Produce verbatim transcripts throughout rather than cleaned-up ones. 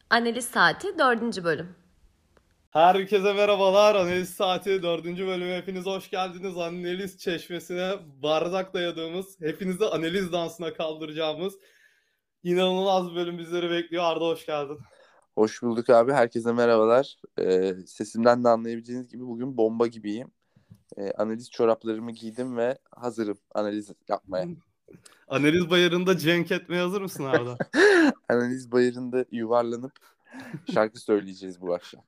Analiz Saati dördüncü bölüm. Herkese merhabalar. Analiz Saati dördüncü bölüme hepiniz hoş geldiniz. Analiz çeşmesine bardak dayadığımız, hepinizi analiz dansına kaldıracağımız inanılmaz bir bölüm bizleri bekliyor. Arda hoş geldin. Hoş bulduk abi. Herkese merhabalar. Ee, sesimden de anlayabileceğiniz gibi bugün bomba gibiyim. Ee, analiz çoraplarımı giydim ve hazırım analiz yapmaya. Analiz bayırında cenk etmeye hazır mısın Arda? Analiz bayırında yuvarlanıp şarkı söyleyeceğiz bu akşam.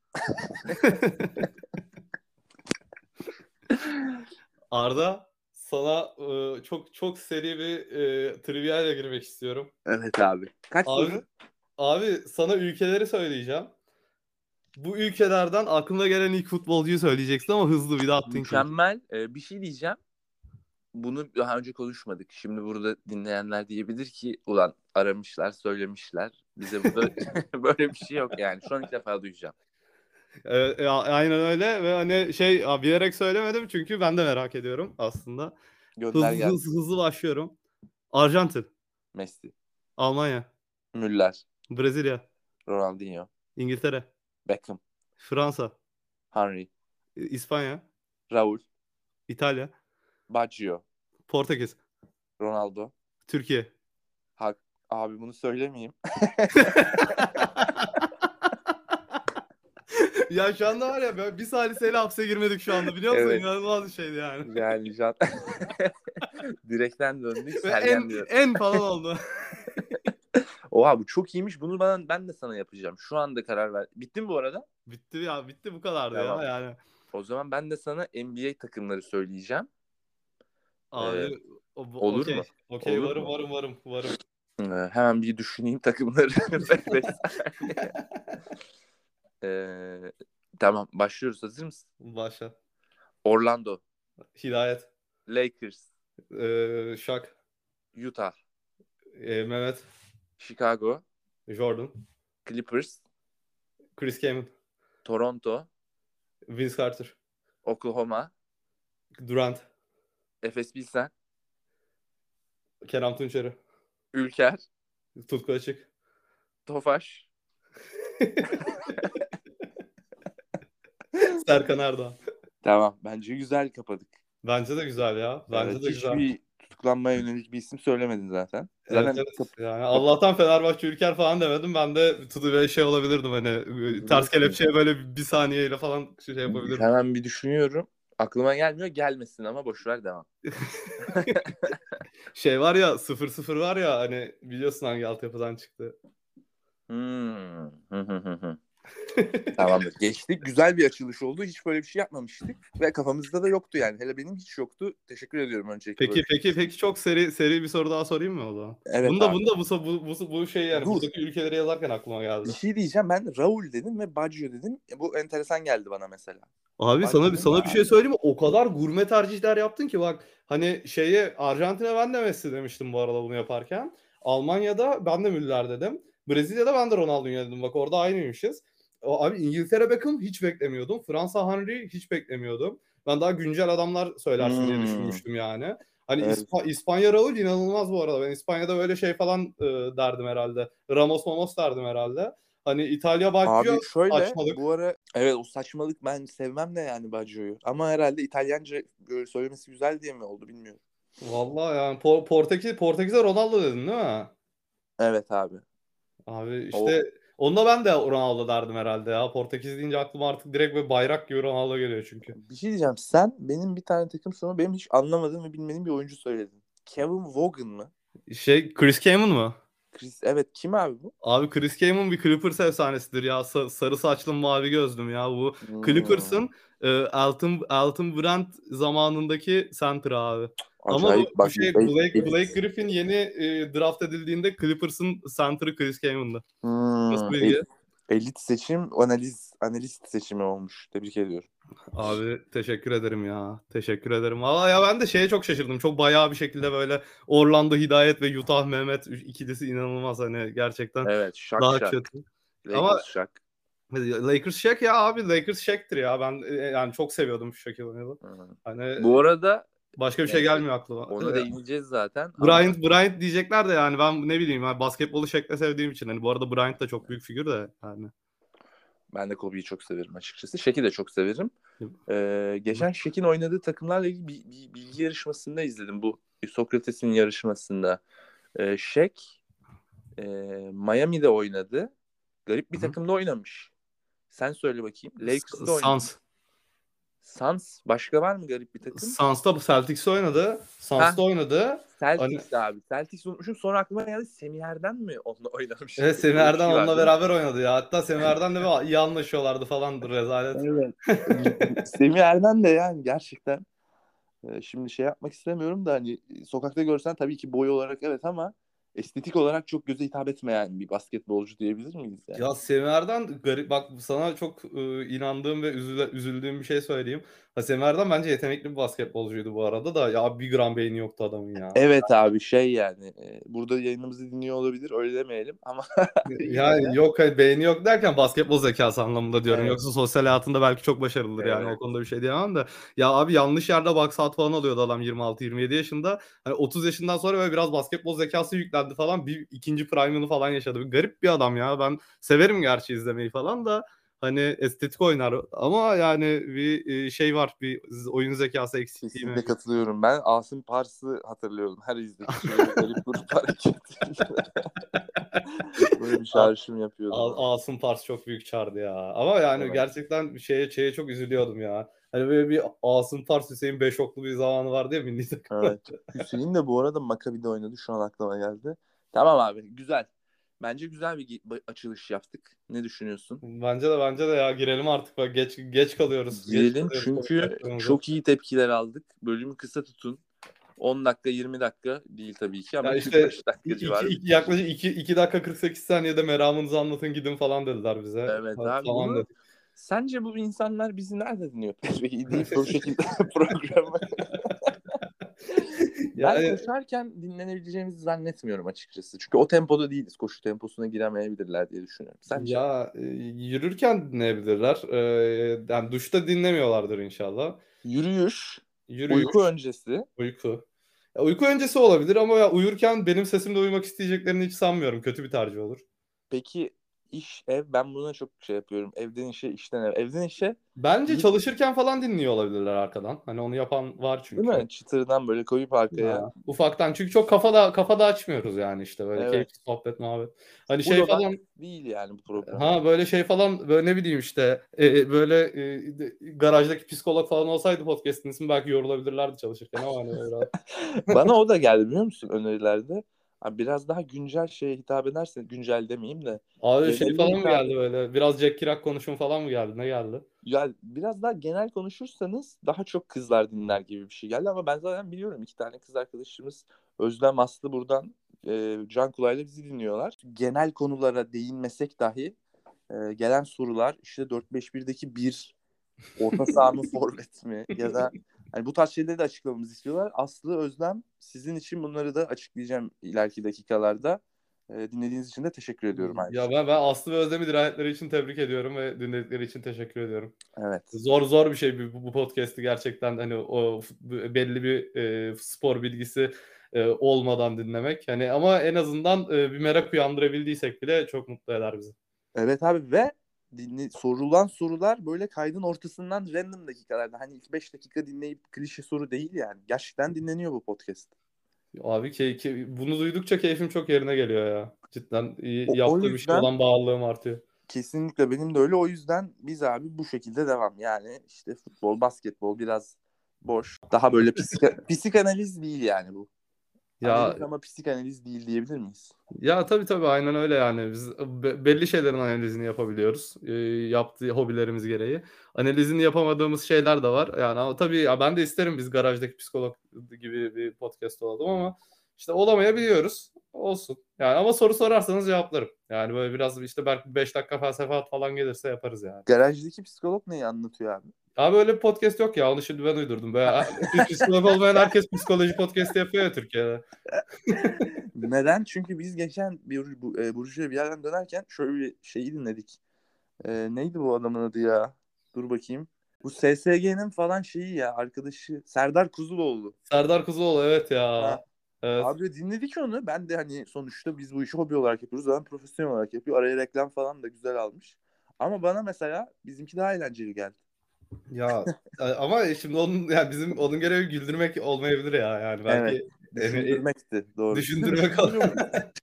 Arda, sana e, çok çok seri bir e, trivia ile girmek istiyorum. Evet abi. Kaç Abi, soru? abi sana ülkeleri söyleyeceğim. Bu ülkelerden aklına gelen ilk futbolcuyu söyleyeceksin ama hızlı bir de attın ki. Mükemmel. Ee, bir şey diyeceğim. Bunu daha önce konuşmadık. Şimdi burada dinleyenler diyebilir ki ulan aramışlar, söylemişler. Bize burada böyle bir şey yok yani. Şu an ilk defa duyacağım. Evet, ya, aynen öyle ve hani şey ya, bilerek söylemedim çünkü ben de merak ediyorum aslında. Gönder Hızlı gelsin. hızlı, hızlı başlıyorum. Arjantin, Messi, Almanya, Müller, Brezilya, Ronaldinho, İngiltere, Beckham, Fransa, Henry, İspanya, Raul, İtalya, Baggio, Portekiz, Ronaldo. Türkiye. Ha, abi bunu söylemeyeyim. Ya şu anda var ya ben bir saliseyle hapse girmedik şu anda biliyor musun? Evet. İnanılmaz bir şeydi yani. Yani can... Direkten döndük. Ve Sergen en, diyor. en falan oldu. Oha bu çok iyiymiş. Bunu bana, ben de sana yapacağım. Şu anda karar ver. Bitti mi bu arada? Bitti ya bitti bu kadardı Tamam. ya yani. O zaman ben de sana N B A takımları söyleyeceğim. Abi Ee, o- olur okey. mu? Okey Olur varım mu? varım varım varım. Ee, hemen bir düşüneyim takımları. Beş saniye. Ee, tamam başlıyoruz. Hazır mısın? Başla. Orlando, Hidayet. Lakers, Ee, Şak. Utah, Ee, Mehmet. Chicago, Jordan. Clippers, Chris Kaman. Toronto, Vince Carter. Oklahoma, Durant. Efes Pilsen, Kerem Tunçeri. Ülker, Tutku Açık. Tofaş. Serkan Erdoğan. Tamam. Bence güzel kapadık. Bence de güzel ya. Bence Evet, de güzel. hiçbir tutuklanmaya yönelik bir isim söylemedin zaten. Evet, Zaten evet. kap- Yani Allah'tan Fenerbahçe Ülker falan demedim. Ben de tutu ve şey olabilirdim hani ters kelepçeye böyle bir saniyeyle falan şey yapabilirdim. hemen bir düşünüyorum. Aklıma gelmiyor. Gelmesin ama boşver devam. Şey var ya sıfır sıfır var ya hani biliyorsun hangi altyapıdan çıktı. Hmm. Hı hı hı hı. Tamamdır. Geçtik. Güzel bir açılış oldu. Hiç böyle bir şey yapmamıştık. Ve kafamızda da yoktu yani. Hele benim hiç yoktu. Teşekkür ediyorum öncelikle. Peki böyle. peki peki çok seri seri bir soru daha sorayım mı o zaman? Evet Bunda abi. bunda bu bu bu, bu şey yani Dur. buradaki ülkeleri yazarken aklıma Bir geldi. şey diyeceğim. Ben Raul dedim ve Baggio dedim. E, bu enteresan geldi bana mesela. Abi Baggio sana bir sana ya. bir şey söyleyeyim mi? O kadar gurme tercihler yaptın ki bak hani şeye Arjantin'e ben de Messi demiştim bu arada bunu yaparken. Almanya'da ben de Müller dedim. Brezilya'da ben de Ronaldinho dedim. Bak orada aynıymışız. O, abi İngiltere Beckham hiç beklemiyordum. Fransa Henry hiç beklemiyordum. Ben daha güncel adamlar söylersin diye Hmm. düşünmüştüm yani. Hani Evet. İspa- İspanya Raul inanılmaz bu arada. Ben İspanya'da böyle şey falan e, derdim herhalde. Ramos Mamos derdim herhalde. Hani İtalya Baggio Abi şöyle açmadık. bu ara evet o saçmalık ben sevmem de yani Baggio'yu. Ama herhalde İtalyanca böyle söylemesi güzel diye mi oldu bilmiyorum. Vallahi yani Por- Portekiz Portekiz'e Ronaldo dedin değil mi? Evet abi. Abi O işte onunla ben de Ronaldo derdim herhalde ya. Portekiz deyince aklıma artık direkt bir bayrak gibi Ronaldo geliyor çünkü. bir şey diyeceğim. Sen benim bir tane takım sonra benim hiç anlamadığım ve bilmediğim bir oyuncu söyledin. Kevin Vaughan mı? Şey Chris Kaman mı? Chris evet kim abi bu? Abi Chris Kaman bir Clippers efsanesidir ya. Sa- sarı saçlı mavi gözlüm ya. Bu Hmm. Clippers'ın e, Elton, Elton Brand zamanındaki center abi. Ama bu, Acayip bu bak. şey el- Blake, elit. Blake Griffin yeni e, draft edildiğinde Clippers'ın center'ı Chris Kaman'dı. Nasıl Hmm, bilgi? el- elit seçim analiz analist seçimi olmuş. Tebrik ediyorum. Abi teşekkür ederim ya. Teşekkür ederim. Valla ya ben de şeye çok şaşırdım. Çok bayağı bir şekilde böyle Orlando Hidayet ve Utah Mehmet ikilisi inanılmaz hani gerçekten Evet şak daha şak. kötü. Ama Lakers şak. Lakers Shaq ya abi Lakers Shaq'tir ya. Ben e, yani çok seviyordum Shaquille O'Neal'ı. Hmm. Hani Bu arada Başka bir şey Evet. gelmiyor aklıma. Ona Ee, değineceğiz zaten. ama Bryant, Bryant diyecekler de yani ben ne bileyim yani basketbolu şekle sevdiğim için. Hani bu arada Bryant da çok büyük figür de yani. Ben de Kobe'yi çok severim açıkçası. Shaq'i de çok severim. Ee, geçen Shaq'in oynadığı takımlarla ilgili bir, bir bilgi yarışmasında izledim. Bu Sokrates'in yarışmasında. Ee, Shaq e, Miami'de oynadı. Garip bir Hı hı. takımda oynamış. Sen söyle bakayım. Lakers'da oynadı. Suns. Suns. Başka var mı garip bir takım? Suns'ta bu Celtics'te oynadı. Ha, Suns'ta oynadı. Hani Celtics abi. Celtics unutmuşum. Sonra aklıma geldi. Semih Erdem mi onunla oynamış? evet, Semih Öyle bir Erdem şey onunla vardı. beraber oynadı ya. Hatta Semih Erdem de bir iyi anlaşıyorlardı falan, rezalet. Evet. Semih Erdem de yani gerçekten e, şimdi şey yapmak istemiyorum da hani sokakta görsen tabii ki boy olarak evet ama estetik olarak çok göze hitap etmeyen bir basketbolcu diyebilir miyiz yani? Ya Semih Erdem garip, bak sana çok e, inandığım ve üzüle- üzüldüğüm bir şey söyleyeyim. Ha, Semih Erdem bence yetenekli bir basketbolcuydu bu arada da ya, bir gram beyni yoktu adamın ya. Evet abi şey yani e, burada yayınımızı dinliyor olabilir öyle demeyelim ama yine Yani de yok, hayır, beyni yok derken basketbol zekası anlamında diyorum. evet, Yoksa sosyal hayatında belki çok başarılıdır yani, o evet. konuda bir şey diyemem de. Ya abi yanlış yerde box out falan alıyordu adam yirmi altı yirmi yedi yaşında. Hani otuz yaşından sonra böyle biraz basketbol zekası yüklendi falan. Bir ikinci prime'ını falan yaşadı. Bir garip bir adam ya. Ben severim gerçi izlemeyi falan da. Hani estetik oynar ama yani bir e, şey var. Bir oyun zekası eksikliği Kesinlikle mevcut. katılıyorum. Ben Asım Pars'ı hatırlıyorum. Her izledikçe böyle garip grup hareketi. Böyle bir çağrışım yapıyordum ona. A- Asım Pars çok büyük çağırdı ya. Ama yani Evet. gerçekten şeye şeye çok üzülüyordum ya. Hani böyle bir Asım Pars Hüseyin Beşoklu bir zamanı vardı ya milli takımda. Evet. Hüseyin de bu arada Maccabi'de oynadı. Şu an aklıma geldi. Tamam abi. Güzel. Bence güzel bir gi- açılış yaptık. Ne düşünüyorsun? Bence de bence de ya, girelim artık, bak geç geç kalıyoruz. Geç Girelim kalıyoruz çünkü konuşacaklarımıza. çok iyi tepkiler aldık. Bölümü kısa tutun. on dakika yirmi dakika değil tabii ki Ya ama işte kırk beş dakika iki, civarı iki, bitecek. yaklaşık iki, iki dakika kırk sekiz saniyede meramınızı anlatın gidin falan dediler bize. Evet Ha, abi tamam bunu dedik. sence bu insanlar bizi nerede dinliyor? Peki deyip bu şekilde programı. Ben Yani koşarken dinlenebileceğimizi zannetmiyorum açıkçası. Çünkü o tempoda değiliz. Koşu temposuna giremeyebilirler diye düşünüyorum. Sence? ya e, yürürken dinleyebilirler. E, yani duşta dinlemiyorlardır inşallah. Yürüyüş, uyku Yürüyüş, öncesi. uyku. Ya uyku öncesi olabilir ama ya uyurken benim sesimle uyumak isteyeceklerini hiç sanmıyorum. Kötü bir tercih olur. Peki iş, ev. Ben buna çok şey yapıyorum. Evden işe, işten eve. Evden işe Bence gidip çalışırken falan dinliyor olabilirler arkadan. Hani onu yapan var değil çünkü. mi? Çıtırından böyle koyup arkaya. Ha, ufaktan, çünkü çok kafada kafada açmıyoruz yani, işte böyle Evet. keyifli sohbet muhabbet. Hani Full şey odak falan, değil yani bu program. ha böyle şey falan, böyle ne bileyim işte e, e, böyle e, de- garajdaki psikolog falan olsaydı podcast'in ismi, belki yorulabilirlerdi çalışırken ama hani biraz. Bana o da geldi biliyor musun önerilerde? Abi biraz daha güncel şeye hitap edersen, güncel demeyeyim de Abi şey genele falan mı hitap geldi böyle? Biraz Jack Kerouac konuşun falan mı geldi? Ne geldi? ya biraz daha genel konuşursanız daha çok kızlar dinler gibi bir şey geldi ama ben zaten biliyorum iki tane kız arkadaşımız Özlem Aslı buradan e, Can Kulay'la bizi dinliyorlar. Genel konulara değinmesek dahi e, gelen sorular işte dört beş birdeki bir orta saha mı forvet mi ya da hani bu tarz şeyleri de açıklamamızı istiyorlar. Aslı, Özlem sizin için bunları da açıklayacağım ileriki dakikalarda. E, dinlediğiniz için de teşekkür ediyorum Ya ayrıca. ben ben Aslı ve Özlem'i dirayetleri için tebrik ediyorum ve dinledikleri için teşekkür ediyorum. Evet. Zor zor bir şey bu, bu podcast'i gerçekten, hani o f- belli bir e, spor bilgisi e, olmadan dinlemek. Hani ama en azından e, bir merak uyandırabildiysek bile çok mutlu eder bizi. Evet abi ve dinle, sorulan sorular böyle kaydın ortasından random dakikalarda. Hani ilk beş dakika dinleyip klişe soru değil yani. Gerçekten dinleniyor bu podcast. Abi ki, ki- bunu duydukça keyfim çok yerine geliyor ya. Cidden iyi, O, o yaptığı bir şey yüzden olan bağlılığım artıyor. kesinlikle benim de öyle. O yüzden biz abi bu şekilde devam. Yani işte futbol, basketbol biraz boş. Daha böyle psika, psikanaliz değil yani bu. Ya Analiz ama psikanaliz değil diyebilir miyiz? Ya tabii tabii, aynen öyle yani. Biz be- belli şeylerin analizini yapabiliyoruz. Ee, yaptığı hobilerimiz gereği. Analizini yapamadığımız şeyler de var. Yani ama tabii ya, ben de isterim biz garajdaki psikolog gibi bir podcast olalım ama işte olamayabiliyoruz. Olsun. Yani ama soru sorarsanız cevaplarım. Yani böyle biraz işte belki beş dakika felsefe falan gelirse yaparız yani. Garajdaki psikolog neyi anlatıyor abi? Abi öyle bir podcast yok ya. Onu şimdi ben uydurdum. Böyle, psikolog olmayan herkes psikoloji podcast'i yapıyor ya Türkiye'de. Neden? Çünkü biz geçen bir bu, e, Burju'ya bir yerden dönerken şöyle bir şeyi dinledik. E, neydi bu adamın adı ya? Dur bakayım. Bu S S G'nin falan şeyi ya arkadaşı Serdar Kuzuloğlu. Serdar Kuzuoğlu, evet Ha. ya. Evet. Abi dinledik onu. Ben de hani sonuçta biz bu işi hobi olarak yapıyoruz. Adam profesyonel olarak yapıyor. Araya reklam falan da güzel almış. Ama bana mesela bizimki daha eğlenceli geldi. Ya e, ama şimdi onun yani bizim onun görevi güldürmek olmayabilir ya yani Evet. belki yani, e, Düşündürmekti. Doğru. Siz de düşündürmek düşündürüyor muyuz?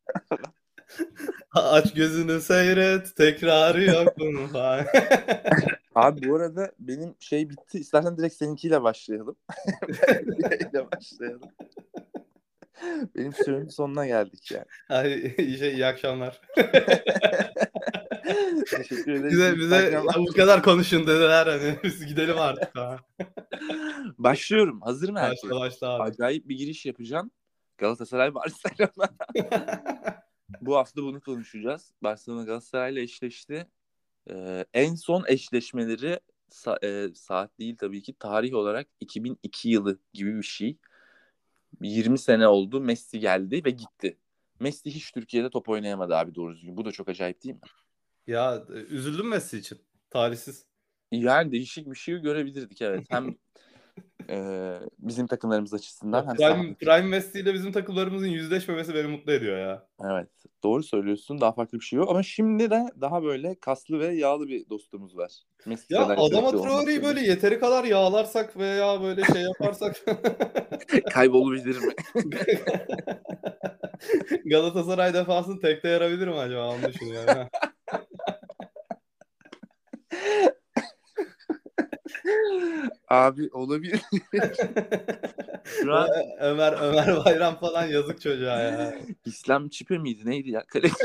aç gözünü seyret tekrarı yok bunun falan. Abi bu arada benim şey bitti. İstersen direkt seninkiyle başlayalım. Ile başlayalım. Benim süremin sonuna geldik yani. Ay, şey, iyi akşamlar. Teşekkür ederiz. Bize İyi bize akşamlar. ya bu kadar konuşun dediler hani biz gidelim artık ha. Başlıyorum. Hazır mı herkes? Başla başla abi. Acayip bir giriş yapacağım. Galatasaray Barcelona. Bu hafta bunu konuşacağız. Barcelona Galatasaray'la eşleşti. Ee, en son eşleşmeleri sa- e, saat değil tabii ki tarih olarak iki bin iki yılı gibi bir şey. yirmi sene oldu. Messi geldi ve gitti. Messi hiç Türkiye'de top oynayamadı abi doğru düzgün. Bu da çok acayip değil mi? Ya e, üzüldüm Messi için. Talihsiz. Yani değişik bir şey görebilirdik evet. Hem e, bizim takımlarımız açısından Ya hem saha. Prime, Prime Messi ile bizim takımlarımızın yüzleşmemesi beni mutlu ediyor ya. Evet doğru söylüyorsun. Daha farklı bir şey yok. Ama şimdi de daha böyle kaslı ve yağlı bir dostumuz var. Messi Ya kadar Adama yetenekli Traore'yi olmasa böyle da. yeteri kadar yağlarsak veya böyle şey yaparsak Kaybolabilir mi? Galatasaray defansını tekte yarabilir mi acaba, onu düşünüyorum. Ha. Abi olabilir. Şu O an Ö- Ömer Ömer Bayram falan, yazık çocuğa ya. İslam Çipe miydi neydi ya? Kaleci.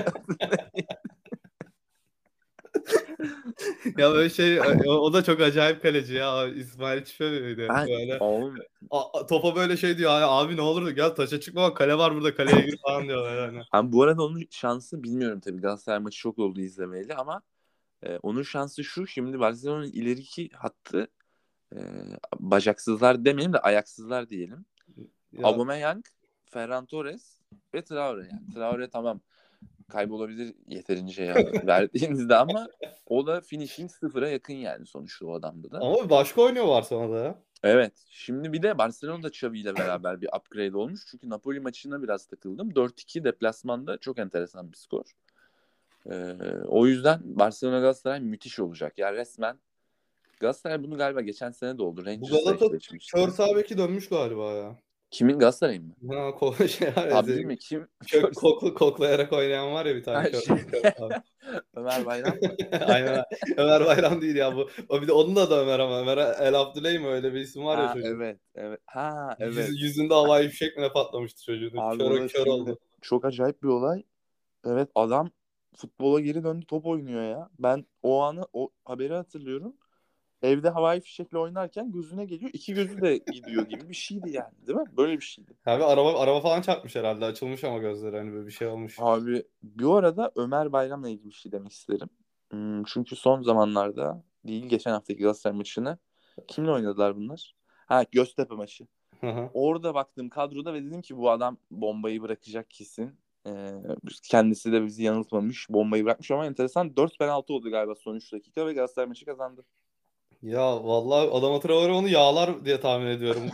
Ya böyle şey o, o da çok acayip kaleci ya. O İsmail Çife miydi? Ben, Böyle oğlum, a- a- topa böyle şey diyor. "Ay, abi ne olur gel taça çıkma bak, kale var burada, kaleye gir" falan diyorlar yani. ben bu arada onun şansı bilmiyorum tabii. Galatasaray maçı çok oldu izlemeyeli ama e, onun şansı şu. Şimdi Barcelona'nın ileriki hattı e, bacaksızlar demeyelim de ayaksızlar diyelim. Ya Aubameyang, Ferran Torres ve Traore. Yani Traore tamam kaybolabilir yeterince ya verdiğinizde ama o da finishing sıfıra yakın yani sonuçta o adamda da. ama başka oynuyor var sana da ya. Evet. Şimdi bir de Barcelona Xavi ile beraber bir upgrade olmuş. Çünkü Napoli maçına biraz takıldım. dört iki deplasmanda çok enteresan bir skor. Ee, o yüzden Barcelona Galatasaray müthiş olacak. Yani resmen Galatasaray bunu galiba geçen sene de oldu. Bu Rangers'la Galata eşleşmişti. kör sağ beki dönmüş galiba ya. Kimin Galatasaray'ın mı? Ha, ko şey var ya, Sabri şey, mi? Kim? kök, koklu, koklayarak oynayan var ya bir tane Ha, kör, şey... kör sağ. Ömer Bayram mı? Aynen. Ömer Bayram değil ya bu. O bir de onun da Ömer, ama Ömer El Abdüley mi, öyle bir isim var ya Ha çocuğun. evet. Evet. Ha evet. Yüz, yüzünde havai fişek mi ne patlamıştı çocuğun. Abi o Kör da kör şimdi oldu. çok acayip bir olay. Evet adam futbola geri döndü top oynuyor ya. Ben o anı o haberi hatırlıyorum. Evde havai fişekle oynarken gözüne geliyor. İki gözü de gidiyor gibi bir şeydi yani değil mi? Böyle bir şeydi. Abi araba araba falan çarpmış herhalde. Açılmış ama gözleri, hani böyle bir şey olmuş. Abi bu arada Ömer Bayram'la ilgili bir şey demek isterim. Hmm, çünkü son zamanlarda değil geçen haftaki Galatasaray maçını kimle oynadılar bunlar? Ha Göztepe maçı. Hı hı. Orada baktım kadroda ve dedim ki bu adam bombayı bırakacak kesin. Ee, kendisi de bizi yanıltmamış. Bombayı bırakmış ama enteresan. Dört penaltı oldu galiba son üç dakika ve Galatasaray maçı kazandı. Ya vallahi Adama Traore onu yağlar diye tahmin ediyorum.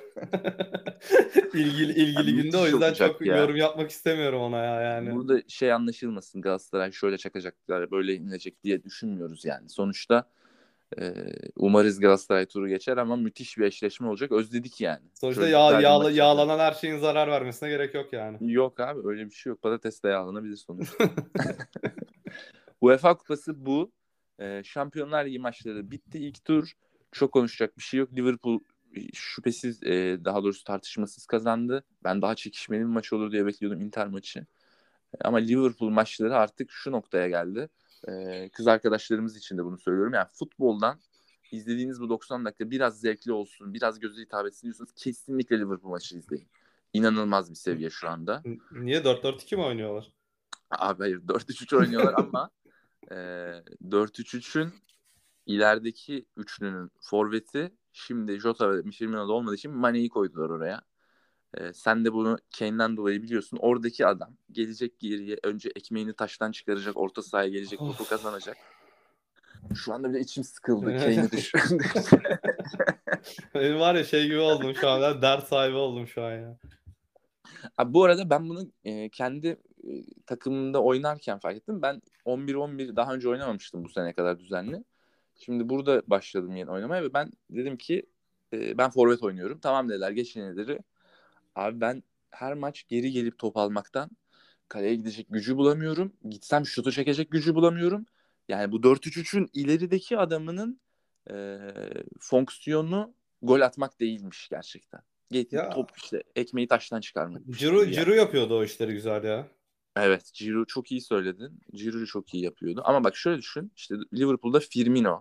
ilgili Yani ilgili günde, o müthiş yüzden olacak çok ya. yorum yapmak istemiyorum ona ya yani. Burada şey anlaşılmasın Galatasaray şöyle çakacaklar böyle inecek diye düşünmüyoruz yani. Sonuçta e, umarız Galatasaray turu geçer ama müthiş bir eşleşme olacak. Özledik yani. Sonuçta Şöyle yağ, güzel bir yağla, maç izlemek. yağlanan her şeyin zarar vermesine gerek yok yani. Yok abi öyle bir şey yok. Patates de yağlanabilir sonuçta. UEFA Kupası bu. Ee, Şampiyonlar Ligi maçları bitti. İlk tur çok konuşacak bir şey yok. Liverpool şüphesiz e, daha doğrusu tartışmasız kazandı. Ben daha çekişmeli bir maç olur diye bekliyordum Inter maçı. Ama Liverpool maçları artık şu noktaya geldi. Ee, kız arkadaşlarımız için de bunu söylüyorum. Yani futboldan izlediğiniz bu doksan dakika biraz zevkli olsun, biraz göze hitap etsin diyorsanız kesinlikle Liverpool maçı izleyin. İnanılmaz bir seviye şu anda. N- Niye dört dört iki mi oynuyorlar? Abi hayır dört üç üç oynuyorlar ama e, dört üç üçün ilerideki üçlünün forveti şimdi Jota ve Firmino'da olmadığı için Mane'yi koydular oraya. E, sen de bunu Kane'den dolayı biliyorsun. Oradaki adam gelecek geriye önce ekmeğini taştan çıkaracak, orta sahaya gelecek, topu Of. kazanacak. Şu anda bile içim sıkıldı. Kane'i düşündükçe. Benim var ya şey gibi oldum şu an. Ben dert sahibi oldum şu an ya. Abi bu arada ben bunu e, kendi e, takımımda oynarken fark ettim. Ben on bir on bir daha önce oynamamıştım bu sene kadar düzenli. Şimdi burada başladım yeni oynamaya ve ben dedim ki e, ben forvet oynuyorum. Tamam dediler, geçin ileri. Abi ben her maç geri gelip top almaktan kaleye gidecek gücü bulamıyorum. Gitsem şutu çekecek gücü bulamıyorum. Yani bu dört üç üçün ilerideki adamının e, fonksiyonu gol atmak değilmiş gerçekten. Getirip Ya top işte ekmeği taştan çıkarmakmış Ciro, gibi yani. Ciro yapıyordu o işleri güzel ya. Evet, Ciro çok iyi söyledin. Ciro'yu çok iyi yapıyordu. Ama bak şöyle düşün. İşte Liverpool'da Firmino,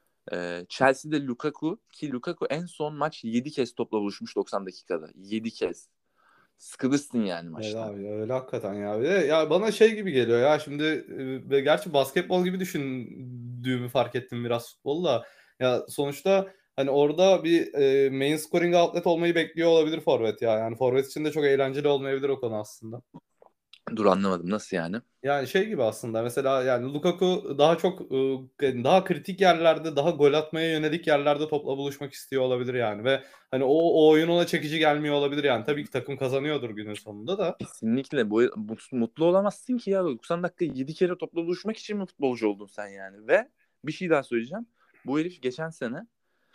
e, Chelsea'de Lukaku, ki Lukaku en son maç yedi kez topla buluşmuş doksan dakikada. yedi kez. Sıkılırsın yani Evet maçtan. abi öyle hakikaten ya. Bir de ya bana şey gibi geliyor ya şimdi e, ve gerçi basketbol gibi düşündüğümü fark ettim biraz futbolla. Ya sonuçta hani orada bir e, main scoring outlet olmayı bekliyor olabilir forvet ya. Yani forvet için de çok eğlenceli olmayabilir o konu aslında. Dur, anlamadım, nasıl yani? Yani şey gibi aslında mesela yani Lukaku daha çok e, daha kritik yerlerde, daha gol atmaya yönelik yerlerde topla buluşmak istiyor olabilir yani ve hani o, o oyun ona çekici gelmiyor olabilir yani. Tabii ki takım kazanıyordur günün sonunda da. Kesinlikle bu, mutlu, mutlu olamazsın ki ya. doksan dakika yedi kere topla buluşmak için mi futbolcu oldun sen yani? Ve bir şey daha söyleyeceğim. Bu herif geçen sene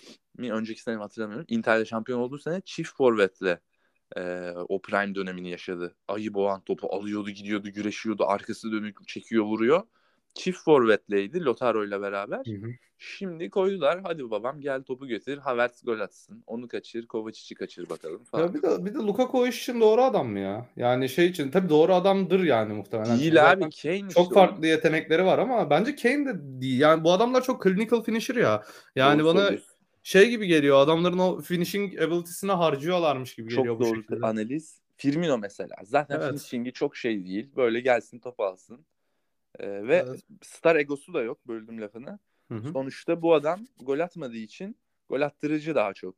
mi önceki sene mi hatırlamıyorum. Inter'de şampiyon olduğu sene çift forvetle e, o prime dönemini yaşadı. Ayı boğan topu alıyordu, gidiyordu, güreşiyordu, arkası dönük çekiyor, vuruyor. Çift forvetleydi Lautaro ile Hı beraber. hı. Şimdi koydular, hadi babam gel topu getir, Havertz gol atsın. Onu kaçır, Kovacic'i kaçır bakalım falan. Ya bir de bir de Lukaku o iş için doğru adam mı ya? Yani şey için tabii doğru adamdır yani muhtemelen. Çünkü Değil abi, zaten Kane çok işte o. farklı yetenekleri var ama bence Kane de değil. Yani bu adamlar çok clinical finisher ya. Doğru Yani bana söylüyorsun. şey gibi geliyor. Adamların o finishing ability'sine harcıyorlarmış gibi geliyor Çok bu doğru şekilde. analiz. Firmino mesela. Zaten Evet. finishing'i çok şey değil. Böyle gelsin, top alsın. Ee, ve Evet. star egosu da yok. Böldüm lafını. Hı hı. Sonuçta bu adam gol atmadığı için gol attırıcı daha çok.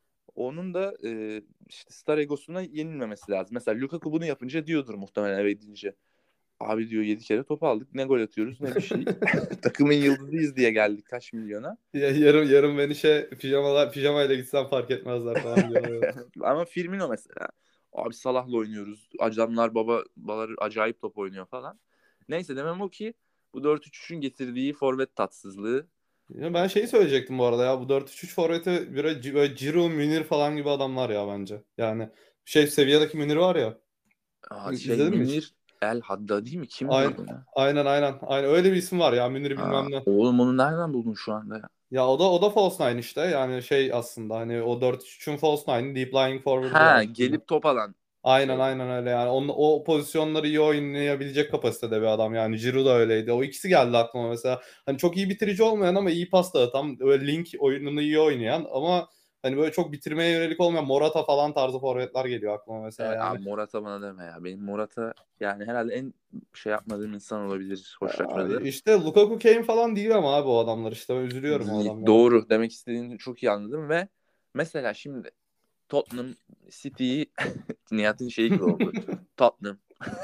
Onun da e, işte star egosuna yenilmemesi lazım. Mesela Lukaku bunu yapınca diyordur muhtemelen eve gidince. Abi diyor, yedi kere top aldık. Ne gol atıyoruz ne bir şey. Takımın yıldızıyız diye geldik kaç milyona. Ya, yarın yarın beni şey pijamalar pijamayla gitsem fark etmezler falan diyor. Evet. Ama Firmino mesela. Abi Salah'la oynuyoruz. Adamlar baba, babalar acayip top oynuyor falan. Neyse, demem o ki bu dört üç üçün getirdiği forvet tatsızlığı. Ya ben şeyi söyleyecektim bu arada ya bu dört üç üç forveti böyle, böyle Ciro, Münir falan gibi adamlar ya bence. Yani şey seviyedeki Münir var ya. Aa, şey İzledin mi hiç? Münir El Haddadi değil mi? Kimdi Aynen, o ya? aynen aynen. Aynen öyle bir isim var ya Münir Aa, bilmem ne. oğlum onu nereden buldun şu anda ya? Ya o da o da false nine işte. Yani şey aslında hani o dört üç üçün false nine'in deep lying forward'ıdır Ha, aslında. gelip top alan Aynen şey. aynen öyle yani. Onun, o pozisyonları iyi oynayabilecek kapasitede bir adam yani. Giroud da öyleydi. O ikisi geldi aklıma mesela. Hani çok iyi bitirici olmayan ama iyi pas dağıtan, böyle link oyununu iyi oynayan ama hani böyle çok bitirmeye yönelik olmayan Morata falan tarzı forvetler geliyor aklıma mesela Evet, yani. abi Morata bana deme ya. Benim Morata yani herhalde en şey yapmadığım insan olabilir. Ya Hoşlaşmadığım. işte Lukaku Kane falan değil ama abi o adamlar işte. Ben üzülüyorum o Değil. adamlara. Doğru. Demek istediğini çok iyi anladım ve mesela şimdi Tottenham City'yi Nihat'ın şeyi gibi oldu. Tottenham.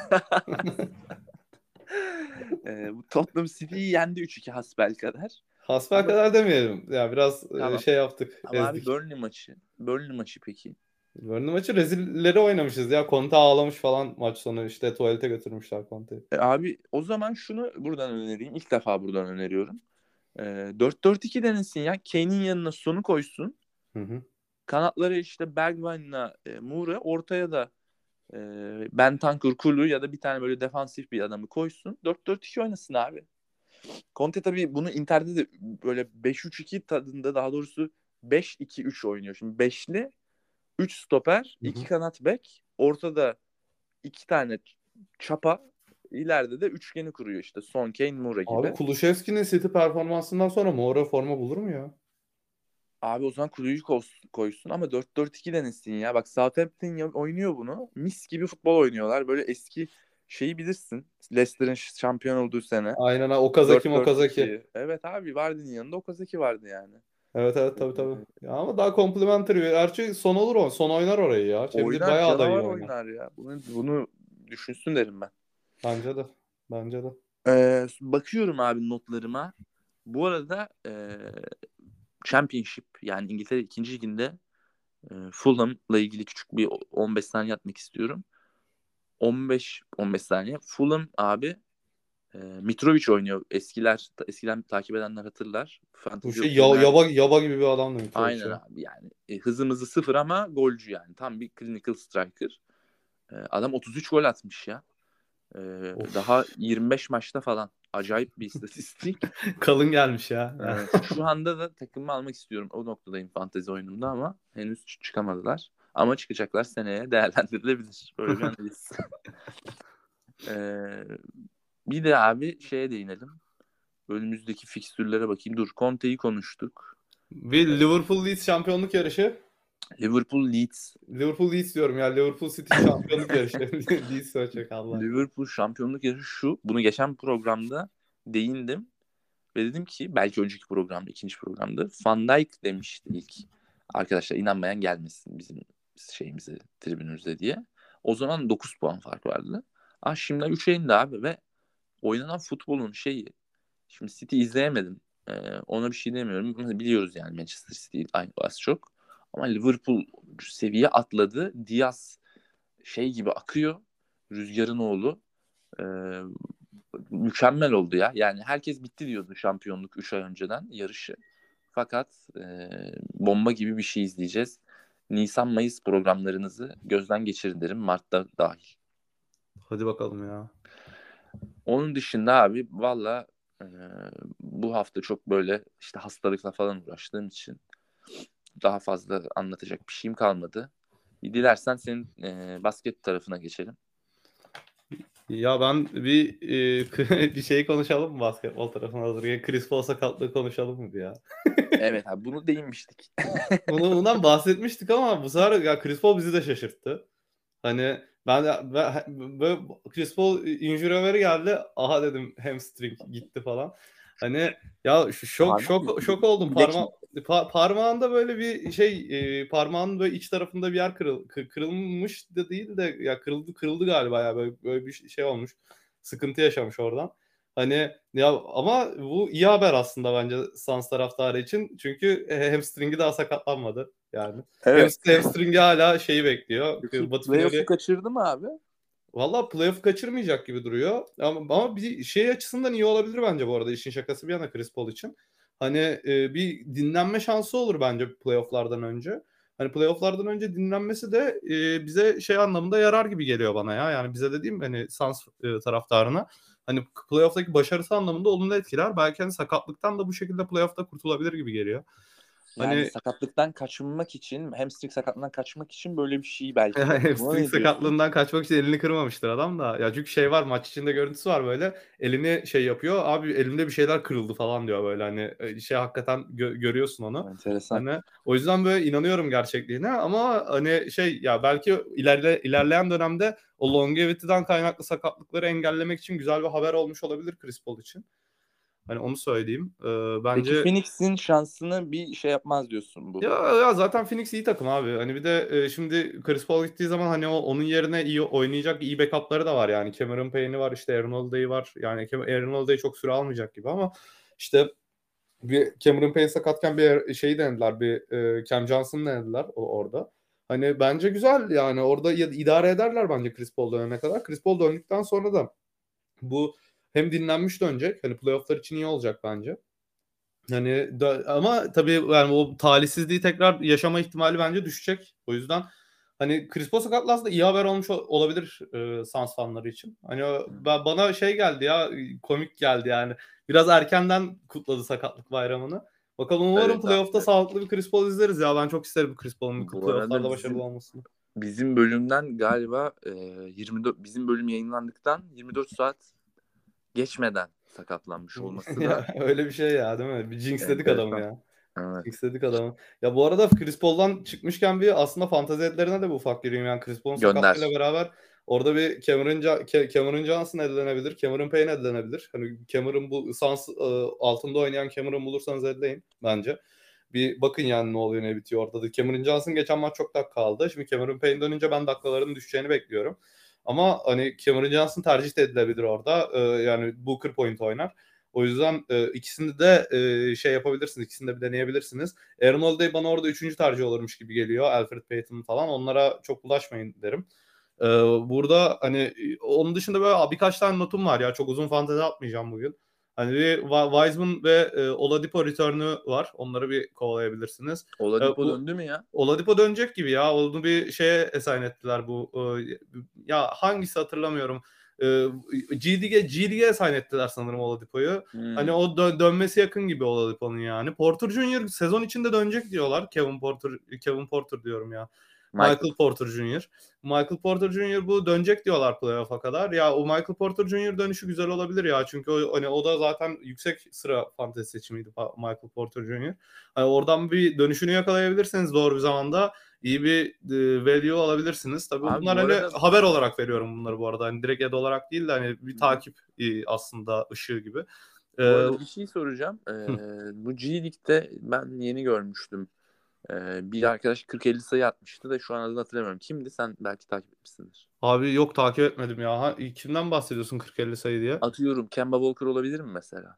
Ee, bu Tottenham City'yi yendi üç iki hasbelkader. Hasbel Ama kadar demeyelim. Ya biraz e, tamam. şey yaptık, Ama abi ezdik. Burnley maçı. Burnley maçı peki. Burnley maçı rezilleri oynamışız ya. Conte ağlamış falan maç sonu işte tuvalete götürmüşler Conte'yi. E, abi o zaman şunu buradan önereyim. İlk defa buradan öneriyorum. E, dört dört iki denesin ya. Kane'in yanına Son'u koysun. Hı hı. Kanatları işte Bergwijn'la e, Moura. Ortaya da e, Bentancur, Kulu ya da bir tane böyle defansif bir adamı koysun. dört dört iki oynasın abi. Conte tabii bunu Inter'de de böyle beş üç iki tadında, daha doğrusu beş iki üç oynuyor. Şimdi beşli, üç stoper, Hı iki hı. kanat bek, ortada iki tane çapa, ileride de üçgeni kuruyor işte Son, Kane, Moura Abi gibi. Kulusevski'nin City performansından sonra Moura forma bulur mu ya? Abi o zaman Kulu'yu koysun ama dört dört iki denesin ya. Bak Southampton oynuyor bunu. Mis gibi futbol oynuyorlar. Böyle eski şeyi bilirsin. Leicester'ın şampiyon olduğu sene. Aynen ha Okazaki Mokazaki. dört dört iki. Evet abi, Vardy'nin yanında Okazaki vardı yani. Evet evet tabii tabii. Ya ama daha complimentary. Gerçi son olur o. Son oynar orayı ya. Çevir Oynar, bayağı da iyi canavar oynar. oynar ya. Bunu bunu düşünsün derim ben. Bence de. Bence de. Ee, bakıyorum abi notlarıma. Bu arada e, Championship yani İngiltere ikinci liginde e, Fulham'la ilgili küçük bir on beş saniye atmak istiyorum. on beş on beş saniye. Fulham abi e, Mitrovic oynuyor. Eskiler eskiden takip edenler hatırlar. Bu Fantasy şey ya- okuyan yaba yaba gibi bir adamdı Mitrovic aynen ya. abi yani e, hızımızı sıfır ama golcü yani. Tam bir clinical striker. E, adam otuz üç gol atmış ya. E, Of. daha yirmi beş maçta falan. Acayip bir istatistik. Kalın gelmiş ya. E, şu anda da takımımı almak istiyorum. O noktadayım fantezi oyununda ama henüz ç- çıkamadılar. Ama çıkacaklar seneye değerlendirilebilir. Böyle bir analiz. e, bir de abi şeye değinelim. Önümüzdeki fikstürlere bakayım. Dur Conte'yi konuştuk. Bir Liverpool Leeds şampiyonluk yarışı. Liverpool Leeds. Liverpool Leeds diyorum ya. Liverpool City şampiyonluk yarışı. Leeds söyleyecek Allah. Liverpool şampiyonluk yarışı şu. Bunu geçen programda değindim. Ve dedim ki belki önceki programda, ikinci programda Van Dijk demişti ilk. Arkadaşlar inanmayan gelmesin bizim şeyimize, tribünümüze diye. O zaman dokuz puan fark vardı. Ah şimdi üçe indi abi ve oynanan futbolun şeyi. Şimdi City izleyemedim. Ee, ona bir şey demiyorum. Biliyoruz yani Manchester City aynı az çok. Ama Liverpool seviye atladı. Diaz şey gibi akıyor. Rüzgarın oğlu. Ee, mükemmel oldu ya. Yani herkes bitti diyordu şampiyonluk üç ay önceden yarışı. Fakat e, bomba gibi bir şey izleyeceğiz. Nisan-Mayıs programlarınızı gözden geçirin derim. Mart'ta dahil. Hadi bakalım ya. Onun dışında abi valla e, bu hafta çok böyle işte hastalıkla falan uğraştığım için daha fazla anlatacak bir şeyim kalmadı. Dilersen senin e, basket tarafına geçelim. Ya ben bir e, bir şey konuşalım mı basketbol tarafına hazır? Chris Paul sakatlığı konuşalım mı bir ya? Evet abi bunu değinmiştik. Bunu, bundan bahsetmiştik ama bu sefer ya Chris Paul bizi de şaşırttı. Hani ben, ben böyle Chris Paul injury haberi geldi. Aha dedim hamstring gitti falan. Hani ya şu şok şok şok oldum. Parma pa, parmağında böyle bir şey e, parmağının böyle iç tarafında bir yer kırıl, kır, kırılmış da değil de ya kırıldı kırıldı galiba ya böyle, böyle bir şey olmuş. Sıkıntı yaşamış oradan. Hani ya ama bu iyi haber aslında bence Suns taraftarı için. Çünkü hamstringi daha sakatlanmadı yani. Evet. Hamstringi hala şeyi bekliyor. Peki Batı playoff'u finali. kaçırdı mı abi? Valla playoff kaçırmayacak gibi duruyor. Ama, ama bir şey açısından iyi olabilir bence bu arada. İşin şakası bir yana Chris Paul için. Hani e, bir dinlenme şansı olur bence playoff'lardan önce. Hani playoff'lardan önce dinlenmesi de e, bize şey anlamında yarar gibi geliyor bana ya. Yani bize dediğim hani Suns e, taraftarına. Hani playoff'taki başarısı anlamında olumlu etkiler. Belki hani sakatlıktan da bu şekilde playoff'ta kurtulabilir gibi geliyor. Yani Hani sakatlıktan kaçınmak için, hamstring sakatlığından kaçmak için böyle bir şey belki de. Buna hamstring ne diyorsun? sakatlığından kaçmak için elini kırmamıştır adam da. Ya çünkü şey var maç içinde görüntüsü var böyle. Elini şey yapıyor. Abi elimde bir şeyler kırıldı falan diyor böyle hani şey hakikaten gö- görüyorsun onu. Enteresan. Hani o yüzden böyle inanıyorum gerçekliğine ama hani şey ya belki ilerle ilerleyen dönemde o longevity'den kaynaklı sakatlıkları engellemek için güzel bir haber olmuş olabilir Chris Paul için. Hani onu söyleyeyim. Ee, Peki bence Phoenix'in şansını bir şey yapmaz diyorsun bu. Ya, ya zaten Phoenix iyi takım abi. Hani bir de e, şimdi Chris Paul gittiği zaman hani o onun yerine iyi oynayacak iyi backup'ları da var yani. Cameron Payne'i var, işte Aaron Holiday var. Yani Cam- Aaron Holiday çok süre almayacak gibi ama işte bir Cameron Payne sakatken bir şeyi denediler. Bir e, Cam Johnson denediler o, orada. Hani bence güzel yani orada ya- idare ederler bence Chris Paul dönene kadar. Chris Paul döndükten sonra da bu hem dinlenmiş dönecek. Hani playoff'lar için iyi olacak bence. Hani da, ama tabii yani o talihsizliği tekrar yaşama ihtimali bence düşecek. O yüzden hani Chris Paul sakatlansa da iyi haber olmuş ol- olabilir e, Suns fanları için. Hani o- ba- bana şey geldi ya komik geldi yani. Biraz erkenden kutladı sakatlık bayramını. Bakalım umarım Evet playoff'ta abi. sağlıklı bir Chris Paul izleriz ya. Ben çok isterim Chris Paul'un Bu arada playoff'larda başarılı bizim olmasını. bizim bölümden galiba e, yirmi dört bizim bölüm yayınlandıktan yirmi dört saat geçmeden sakatlanmış olması da Ya öyle bir şey ya değil mi? Bir jinxledik adamı enteresan. ya. Evet. Jinxledik adamı. Ya bu arada Chris Paul'dan çıkmışken bir aslında fantezi etlerine de bir ufak gireyim. Yani Chris Paul'un sakatlığıyla Gönder. beraber orada bir Cameron, Ja- Ke- Cameron Johnson edilenebilir. Cameron Payne edilenebilir. Hani Cameron bu Suns e, altında oynayan Cameron bulursanız edileyin bence. Bir bakın yani ne oluyor ne bitiyor orada da. Cameron Johnson geçen maç çok dakika kaldı. Şimdi Cameron Payne dönünce ben dakikaların düşeceğini bekliyorum. Ama hani Cameron Johnson tercih de edilebilir orada. E, yani Booker point oynar. O yüzden e, ikisini de e, şey yapabilirsiniz. İkisini de bir deneyebilirsiniz. Aaron Holiday bana orada üçüncü tercih olurmuş gibi geliyor. Alfred Payton falan. Onlara çok bulaşmayın derim. Ee, burada hani onun dışında böyle birkaç tane notum var ya. Çok uzun fantezi atmayacağım bugün. Hani bir Wiseman ve e, Oladipo return'ü var. Onları bir kovalayabilirsiniz. Ee, Oladipo bu döndü mü ya? Oladipo dönecek gibi ya. Onu bir şeye assign ettiler bu. E, ya hangisi hatırlamıyorum. E, G League'e G League'e assign ettiler sanırım Oladipo'yu. Hmm. Hani o dö- dönmesi yakın gibi Oladipo'nun yani. Porter Junior sezon içinde dönecek diyorlar. Kevin Porter Kevin Porter diyorum ya. Michael. Michael Porter Junior Michael Porter Junior bu dönecek diyorlar playoff'a kadar. Ya o Michael Porter Junior dönüşü güzel olabilir ya. Çünkü o, hani o da zaten yüksek sıra fantezi seçimiydi Michael Porter Junior Hani oradan bir dönüşünü yakalayabilirseniz doğru bir zamanda iyi bir e, value alabilirsiniz. Tabii Abi bunlar bu hani arada- haber olarak veriyorum bunları bu arada. Hani direkt ad olarak değil de hani bir Hı. takip e, aslında ışığı gibi. Bu Ee, arada bir şey soracağım. Ee, bu G League'de ben yeni görmüştüm. Ee, bir arkadaş kırk elli sayı atmıştı da şu an adını hatırlamıyorum. Kimdi? Sen belki takip etmişsindir. Abi yok takip etmedim ya. Ha, kimden bahsediyorsun kırk elli sayı diye? Atıyorum Kemba Walker olabilir mi mesela?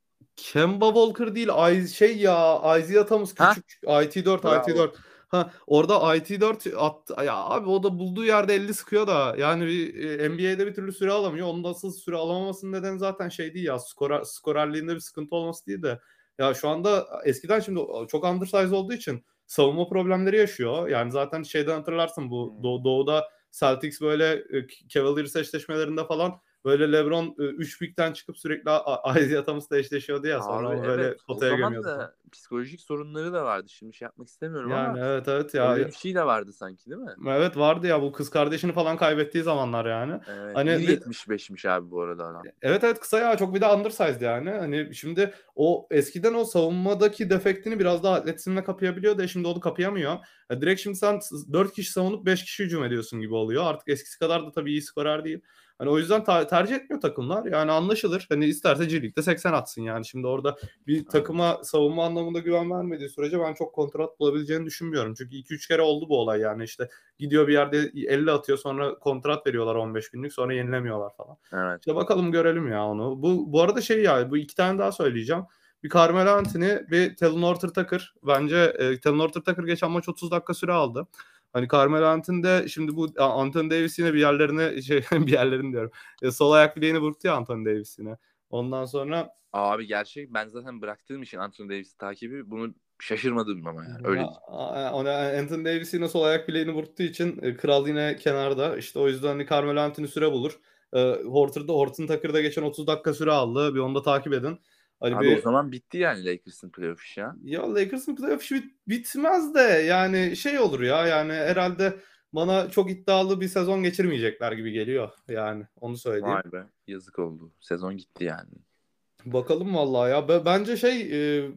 Kemba Walker değil, I, şey ya Isaiah Thomas Ha? küçük I T dört I T Bravo. dört. Ha orada I T dört attı. Ya abi o da bulduğu yerde elli sıkıyor da yani bir e, N B A'de bir türlü süre alamıyor. Onun da asıl süre alamamasının nedeni zaten şey değil ya skor skorerliğinde bir sıkıntı olması değil de ya şu anda eskiden şimdi çok undersize olduğu için savunma problemleri yaşıyor. Yani zaten şeyden hatırlarsın bu Hmm. Doğu, Doğu'da Celtics böyle e, Cavaliers eşleşmelerinde falan böyle LeBron üç pikten çıkıp sürekli Isaiah Thomas'la eşleşiyordu ya. Sonra Abi onu böyle evet. O potaya zaman gömüyordu falan. da psikolojik sorunları da vardı. Şimdi şey yapmak istemiyorum Yani ama evet evet ya. öyle bir şey de vardı sanki değil mi? Evet vardı ya bu kız kardeşini falan kaybettiği zamanlar yani. Evet. Hani bir, bir yetmiş beşmiş abi bu arada adam. evet evet kısa ya çok bir de undersized yani. Hani şimdi o eskiden o savunmadaki defektini biraz daha atletizmle kapayabiliyordu. E şimdi onu kapayamıyor. Ya direkt şimdi sen dört kişi savunup beş kişi hücum ediyorsun gibi oluyor. Artık eskisi kadar da tabii iyi skorer değil. Hani o yüzden ta- tercih etmiyor takımlar. Yani anlaşılır. Hani isterse G League'de seksen atsın yani. Şimdi orada bir takıma savunma anlamında güven vermediği sürece ben çok kontrat bulabileceğini düşünmüyorum. Çünkü iki üç kere oldu bu olay yani. İşte gidiyor bir yerde elli atıyor sonra kontrat veriyorlar on beş günlük sonra yenilemiyorlar falan. Evet. İşte bakalım görelim ya onu. Bu bu arada şey ya bu iki tane daha söyleyeceğim. Bir Carmelo Anthony, bir Talen Horton-Tucker. Bence e, Talen Horton-Tucker geçen maç otuz dakika süre aldı. Hani Carmelo Anthony de şimdi bu Anthony Davis yine bir yerlerine şey bir yerlerini diyorum. E, sol ayak bileğini burktu ya Anthony Davis yine. Ondan sonra Abi gerçek ben zaten bıraktığım için Anthony Davis'i takibi bunu şaşırmadım ama yani öyle değil. ona Anthony Davis yine sol ayak bileğini vurduğu için e, kral yine kenarda. İşte o yüzden hani Carmelo Anthony süre bulur. E, Horton'da Horton Tucker'da geçen otuz dakika süre aldı. Bir onu da takip edin. Hani Abi o bir zaman bitti yani Lakers'ın playoff işi ya. ya Lakers'ın playoff işi bit- bitmez de yani şey olur ya yani herhalde bana çok iddialı bir sezon geçirmeyecekler gibi geliyor yani onu söyleyeyim. Vay be yazık oldu. Sezon gitti yani. Bakalım vallahi ya. B- Bence şey e,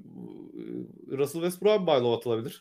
Russell Westbrook'a bir buyout atılabilir.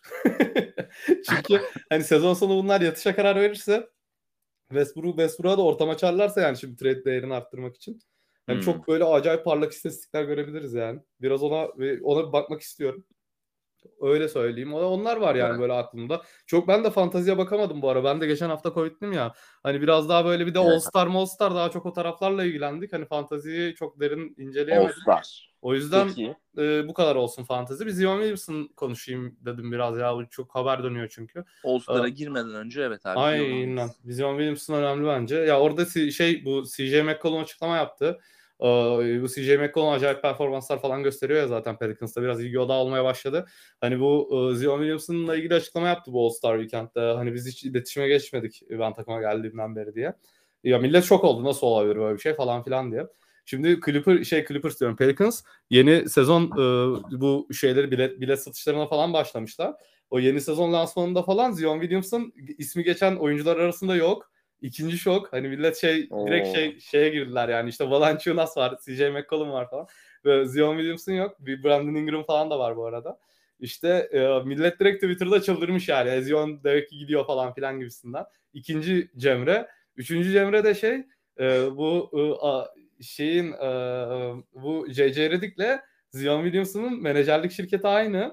Çünkü hani sezon sonu bunlar yatışa karar verirse Westbrook Westbrook'a da ortam açarlarsa yani şimdi trade değerini arttırmak için. Hani Hmm. çok böyle acayip parlak istatistikler görebiliriz yani. Biraz ona ona bir bakmak istiyorum. Öyle söyleyeyim. Onlar var yani Evet. böyle aklımda. Çok ben de fantaziye bakamadım bu ara. Ben de geçen hafta Covid'dim ya. Hani biraz daha böyle bir de Evet. All Star, All Star daha çok o taraflarla ilgilendik. Hani fantaziyi çok derin All inceleyemedik. Star. O yüzden Çok iyi. e, bu kadar olsun fantezi. Bir Zion Williamson konuşayım dedim biraz ya. Bu çok haber dönüyor çünkü. All Star'a Ee, girmeden önce evet abi. Aynen. Zion Williamson önemli bence. Ya orada si- şey bu C J McCollum açıklama yaptı. Ee, bu C J McCollum acayip performanslar falan gösteriyor ya zaten Pelicans'ta biraz ilgi odağı almaya başladı. Hani bu e, Zion Williamson'la ilgili açıklama yaptı bu All-Star Weekend'de. Hani biz hiç iletişime geçmedik ben takıma geldiğimden beri diye. Ya millet şok oldu nasıl olabilir böyle bir şey falan filan diye. Şimdi Clipper şey Clippers diyorum Pelicans yeni sezon e, bu şeyleri bilet bilet satışlarına falan başlamışlar. O yeni sezon lansmanında falan Zion Williamson ismi geçen oyuncular arasında yok. İkinci şok. Hani millet şey Oo. direkt şey şeye girdiler yani işte Valanciunas var, C J McCollum var falan. Ve Zion Williamson yok. Bir Brandon Ingram falan da var bu arada. İşte e, millet direkt Twitter'da çıldırmış yani. E, Zion demek ki gidiyor falan filan gibisinden. İkinci Cemre. Üçüncü Cemre de şey e, bu e, a, şeyin e, bu J J Redick'le Zion Williamson'ın menajerlik şirketi aynı.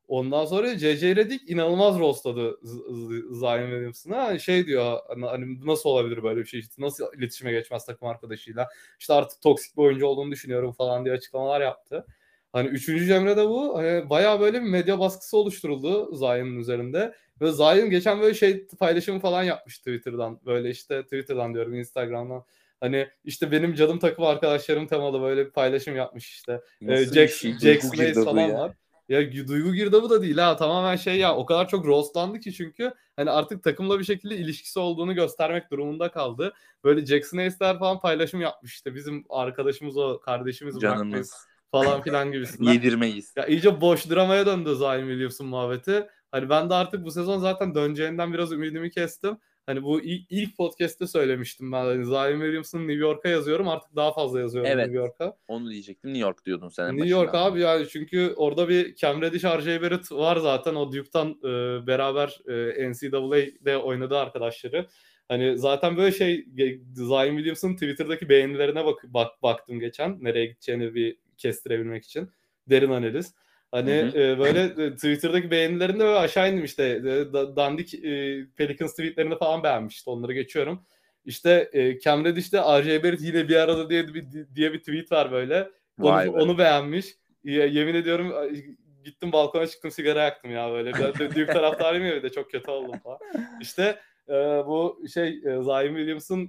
Ondan sonra J J Redick inanılmaz roastladı Zion Williamson'a. Şey diyor hani nasıl olabilir böyle bir şey? İşte nasıl iletişime geçmez takım arkadaşıyla? İşte artık toksik bir oyuncu olduğunu düşünüyorum falan diye açıklamalar yaptı. Hani üçüncü cemrede bu hani bayağı böyle bir medya baskısı oluşturuldu Zion'ın üzerinde. Ve Zion geçen böyle şey paylaşımı falan yapmış Twitter'dan. Böyle işte Twitter'dan diyorum Instagram'dan. Hani işte benim canım takım arkadaşlarım temalı böyle bir paylaşım yapmış işte. Nasıl Jack, bir şey? Jack Duygu Snace girdabı falan ya. var. Ya duygu girdabı da değil ha, tamamen şey ya, o kadar çok roastlandı ki çünkü hani artık takımla bir şekilde ilişkisi olduğunu göstermek durumunda kaldı. Böyle Jack Snace'ler falan paylaşım yapmış işte bizim arkadaşımız o, kardeşimiz, bırakmayız Canımız. falan filan gibisinden. Yedirmeyiz. Ya iyice boş dramaya döndü Zion Williamson muhabbeti. Hani ben de artık bu sezon zaten döneceğinden biraz ümidimi kestim. Hani bu ilk, ilk podcast'te söylemiştim ben. Hani Zion Williamson'ı New York'a yazıyorum. Artık daha fazla yazıyorum Evet. New York'a. Onu diyecektim. New York diyordun sen en New York başından. abi yani çünkü orada bir Cam Reddish, R J Barrett var zaten. O Duke'tan e, beraber e, N C A A'de oynadı arkadaşları. Hani zaten böyle şey Zion Williamson'ın Twitter'daki beğenilerine bak, bak baktım geçen. Nereye gideceğini bir kestirebilmek için. Derin analiz. Hani Hı hı. e, böyle e, Twitter'daki beğenilerinde böyle aşağı indim işte. E, da- dandik e, Pelicans tweetlerini falan beğenmişti. Onları geçiyorum. İşte e, Cam Reddish'te R J Barrett yine bir arada diye bir, diye bir tweet var böyle. Onu, Vay be. onu beğenmiş. Ya, yemin ediyorum gittim balkona çıktım sigara yaktım ya böyle. Ben de Duke taraftarıyım ya, bir de çok kötü oldum falan. İşte e, bu şey e, Zion Williamson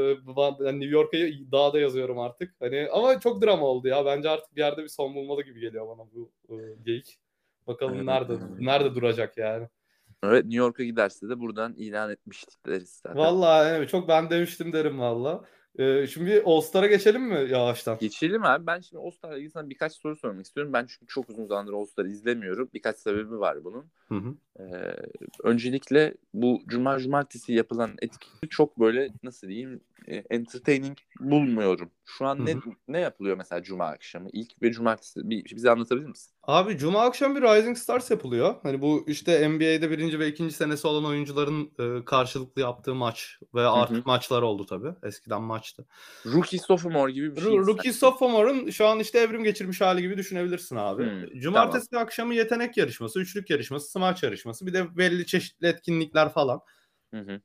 e, ben New York'a daha da yazıyorum artık. Hani ama çok drama oldu ya. Bence artık bir yerde bir son bulmalı gibi geliyor bana bu e, geyik. Bakalım nerede nerede duracak yani. Evet, New York'a giderse de buradan ilan etmiştik deriz zaten. Vallahi evet, çok ben demiştim derim valla. Ee, şimdi bir All-Star'a geçelim mi yavaştan? Geçelim abi. Ben şimdi All-Star'la ilgili sana birkaç soru sormak istiyorum. Ben çünkü çok uzun zamandır All-Star'ı izlemiyorum. Birkaç sebebi var bunun. Hı hı. Ee, öncelikle bu cuma cumartesi yapılan etkinlik çok böyle nasıl diyeyim e, entertaining bulmuyorum. Şu an Hı ne hı. ne yapılıyor mesela cuma akşamı? İlk ve cumartesi bir, bize anlatabilir misin? Abi cuma akşam bir Rising Stars yapılıyor. Hani bu işte N B A'de birinci ve ikinci senesi olan oyuncuların e, karşılıklı yaptığı maç ve artık hı. maçlar oldu tabii. Eskiden maçtı. Rookie sophomore gibi bir şey. Ru- Rookie Sophomore'un şu an işte evrim geçirmiş hali gibi düşünebilirsin abi. Hmm, Cumartesi tamam. akşamı yetenek yarışması, üçlük yarışması, smaç yarışması, bir de belli çeşitli etkinlikler falan. Hı hı.